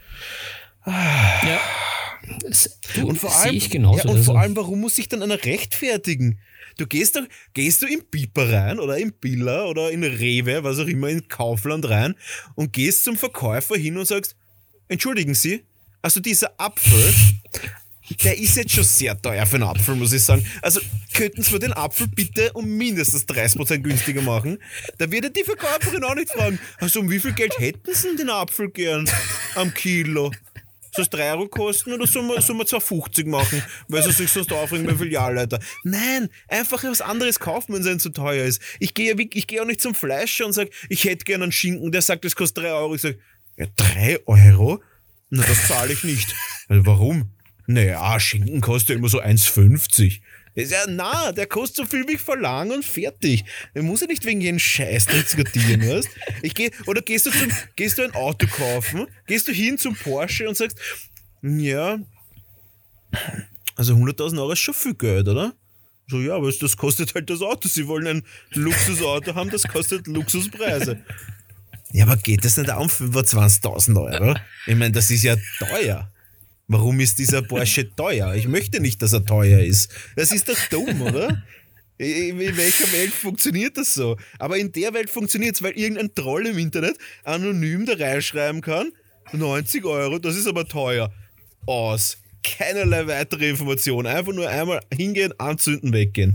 Ja. Und vor allem, warum muss sich dann einer rechtfertigen? Du gehst du in Piper rein oder in Billa oder in Rewe, was auch immer, in Kaufland rein und gehst zum Verkäufer hin und sagst, entschuldigen Sie, also dieser Apfel, der ist jetzt schon sehr teuer für einen Apfel, muss ich sagen. Also könnten Sie den Apfel bitte um mindestens 30% günstiger machen? Da wird ja die Verkäuferin auch nicht fragen, also um wie viel Geld hätten Sie denn den Apfel gern am Kilo? Soll es 3 Euro kosten oder soll man 2,50 machen, weil sie sich sonst aufregen beim Filialleiter? Nein, einfach was anderes kaufen, wenn es einem zu teuer ist. Ich gehe auch nicht zum Fleischer und sage, ich hätte gerne einen Schinken, der sagt, das kostet 3 Euro. Ich sage, ja, 3 Euro? Na, das zahle ich nicht. Also, warum? Naja, Schinken kostet ja immer so 1,50. Ja, der kostet so viel, wie ich verlange und fertig. Der muss ja nicht wegen jeden Scheiß diskutieren, weißt? Gehst du ein Auto kaufen, gehst du hin zum Porsche und sagst, ja, also 100.000 Euro ist schon viel Geld, oder? So, ja, aber das kostet halt das Auto. Sie wollen ein Luxusauto haben, das kostet Luxuspreise. Ja, aber geht das nicht um 25.000 Euro? Ich meine, das ist ja teuer. Warum ist dieser Porsche teuer? Ich möchte nicht, dass er teuer ist. Das ist doch dumm, oder? In welcher Welt funktioniert das so? Aber in der Welt funktioniert es, weil irgendein Troll im Internet anonym da reinschreiben kann, 90 Euro, das ist aber teuer. Aus. Keinerlei weitere Information. Einfach nur einmal hingehen, anzünden, weggehen.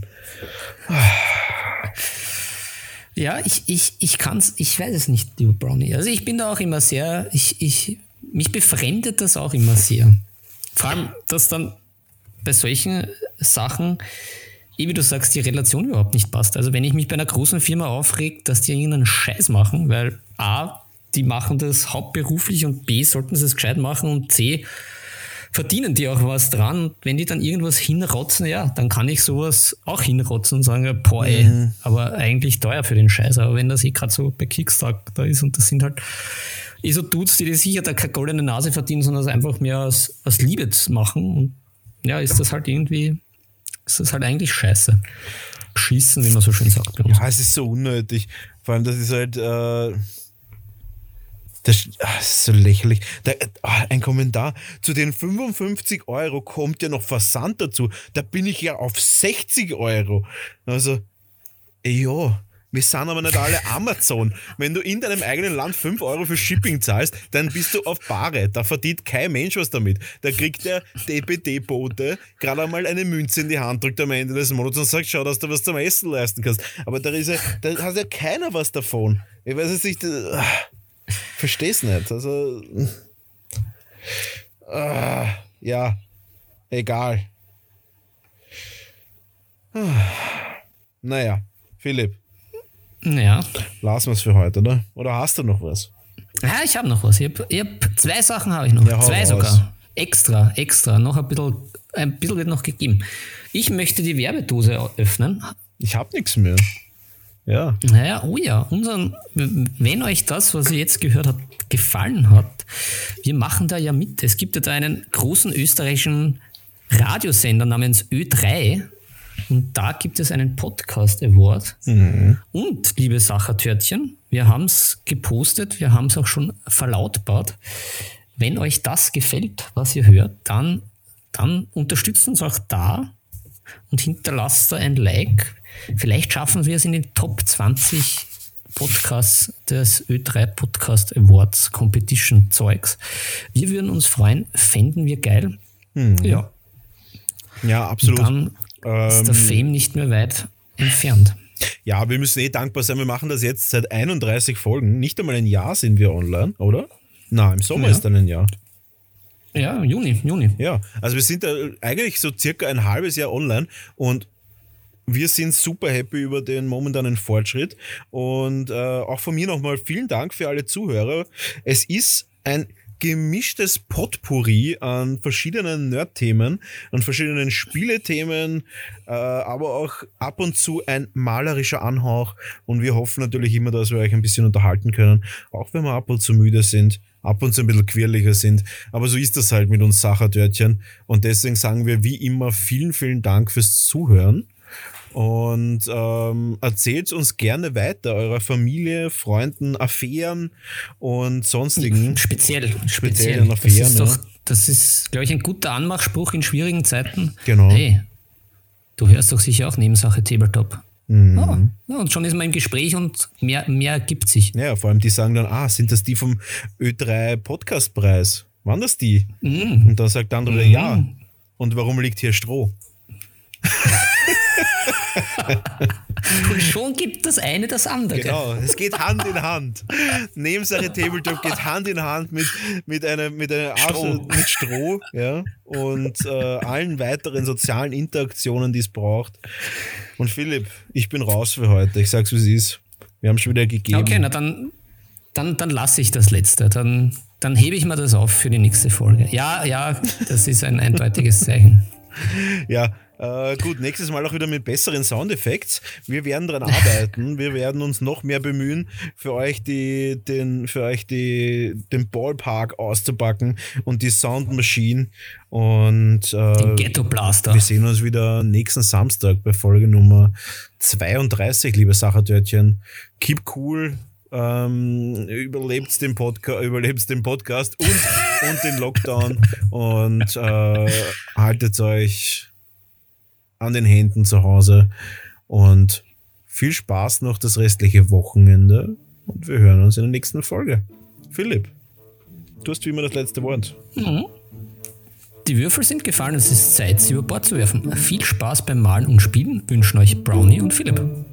Ja, ich kann's, ich weiß es nicht, lieber Brownie. Also ich bin da auch immer sehr, mich befremdet das auch immer sehr. Vor allem, dass dann bei solchen Sachen, wie du sagst, die Relation überhaupt nicht passt. Also wenn ich mich bei einer großen Firma aufreg, dass die irgendeinen Scheiß machen, weil A, die machen das hauptberuflich und B, sollten sie es gescheit machen und C, verdienen die auch was dran. Und wenn die dann irgendwas hinrotzen, ja, dann kann ich sowas auch hinrotzen und sagen, boah, ey, aber eigentlich teuer für den Scheiß. Aber wenn das gerade so bei Kickstarter ist und das sind halt so Dudes, die sicher da keine goldene Nase verdienen, sondern es einfach mehr aus Liebe machen. Und ja, ist das halt eigentlich scheiße. Schießen, wie man so schön sagt bei uns. Ja, es ist so unnötig. Vor allem, das ist halt das ist so lächerlich. Ein Kommentar. Zu den 55 € kommt ja noch Versand dazu. Da bin ich ja auf 60 €. Also, ja, wir sind aber nicht alle Amazon. Wenn du in deinem eigenen Land 5 € für Shipping zahlst, dann bist du auf Bare. Da verdient kein Mensch was damit. Da kriegt der DPD-Bote gerade einmal eine Münze in die Hand, drückt am Ende des Monats und sagt, schau, dass du was zum Essen leisten kannst. Aber da hat ja keiner was davon. Ich weiß jetzt nicht, versteh's nicht. Also, ja, egal. Naja, Philipp. Ja. Lassen wir es für heute, oder? Oder hast du noch was? Ja, ich habe noch was. Ich hab 2 Sachen habe ich noch. Ja, 2 sogar. Extra. Noch ein bisschen wird noch gegeben. Ich möchte die Werbedose öffnen. Ich habe nichts mehr. Ja. Naja, oh ja, wenn euch das, was ihr jetzt gehört habt, gefallen hat, wir machen da ja mit. Es gibt ja da einen großen österreichischen Radiosender namens Ö3 und da gibt es einen Podcast Award. Mhm. Und, liebe Sachertörtchen, wir haben es gepostet, wir haben es auch schon verlautbart. Wenn euch das gefällt, was ihr hört, dann unterstützt uns auch da und hinterlasst da ein Like. Vielleicht schaffen wir es in den Top 20 Podcasts des Ö3 Podcast Awards Competition Zeugs. Wir würden uns freuen, fänden wir geil. Ja. Ja, absolut. Und dann ist der Fame nicht mehr weit entfernt. Ja, wir müssen dankbar sein. Wir machen das jetzt seit 31 Folgen. Nicht einmal ein Jahr sind wir online, oder? Nein, im Sommer ist dann ein Jahr. Ja, Juni. Ja, also wir sind eigentlich so circa ein halbes Jahr online und wir sind super happy über den momentanen Fortschritt und auch von mir nochmal vielen Dank für alle Zuhörer. Es ist ein gemischtes Potpourri an verschiedenen Nerd-Themen, an verschiedenen Spielethemen, aber auch ab und zu ein malerischer Anhauch und wir hoffen natürlich immer, dass wir euch ein bisschen unterhalten können, auch wenn wir ab und zu müde sind, ab und zu ein bisschen quirliger sind, aber so ist das halt mit uns Sachertörtchen und deswegen sagen wir wie immer vielen, vielen Dank fürs Zuhören. Und erzählt uns gerne weiter, eurer Familie, Freunden, Affären und sonstigen. Speziell. Affären. Das ist, glaube ich, ein guter Anmachspruch in schwierigen Zeiten. Genau. Hey, du hörst doch sicher auch Nebensache Tabletop. Mhm. Ja, und schon ist man im Gespräch und mehr ergibt sich. Ja, vor allem die sagen dann, sind das die vom Ö3 Podcastpreis? Waren das die? Mhm. Und dann sagt der andere, ja. Und warum liegt hier Stroh? Und schon gibt das eine das andere. Genau, es geht Hand in Hand. Nebensache Tabletop geht Hand in Hand mit Stroh, ja, und allen weiteren sozialen Interaktionen, die es braucht. Und Philipp, ich bin raus für heute. Ich sag's, wie es ist. Wir haben schon wieder gegeben. Okay, na dann lasse ich das Letzte. Dann hebe ich mir das auf für die nächste Folge. Ja, das ist ein eindeutiges Zeichen. Ja, gut, nächstes Mal auch wieder mit besseren Soundeffekts. Wir werden daran arbeiten. Wir werden uns noch mehr bemühen, für euch den Ballpark auszupacken und die Soundmaschine. Und den Ghetto Blaster. Wir sehen uns wieder nächsten Samstag bei Folge Nummer 32, liebe Sachertörtchen. Keep cool. Überlebt den Podcast und den Lockdown und haltet euch an den Händen zu Hause und viel Spaß noch das restliche Wochenende und wir hören uns in der nächsten Folge. Philipp, du hast wie immer das letzte Wort. Mhm. Die Würfel sind gefallen, es ist Zeit, sie über Bord zu werfen. Viel Spaß beim Malen und Spielen wünschen euch Brownie und Philipp.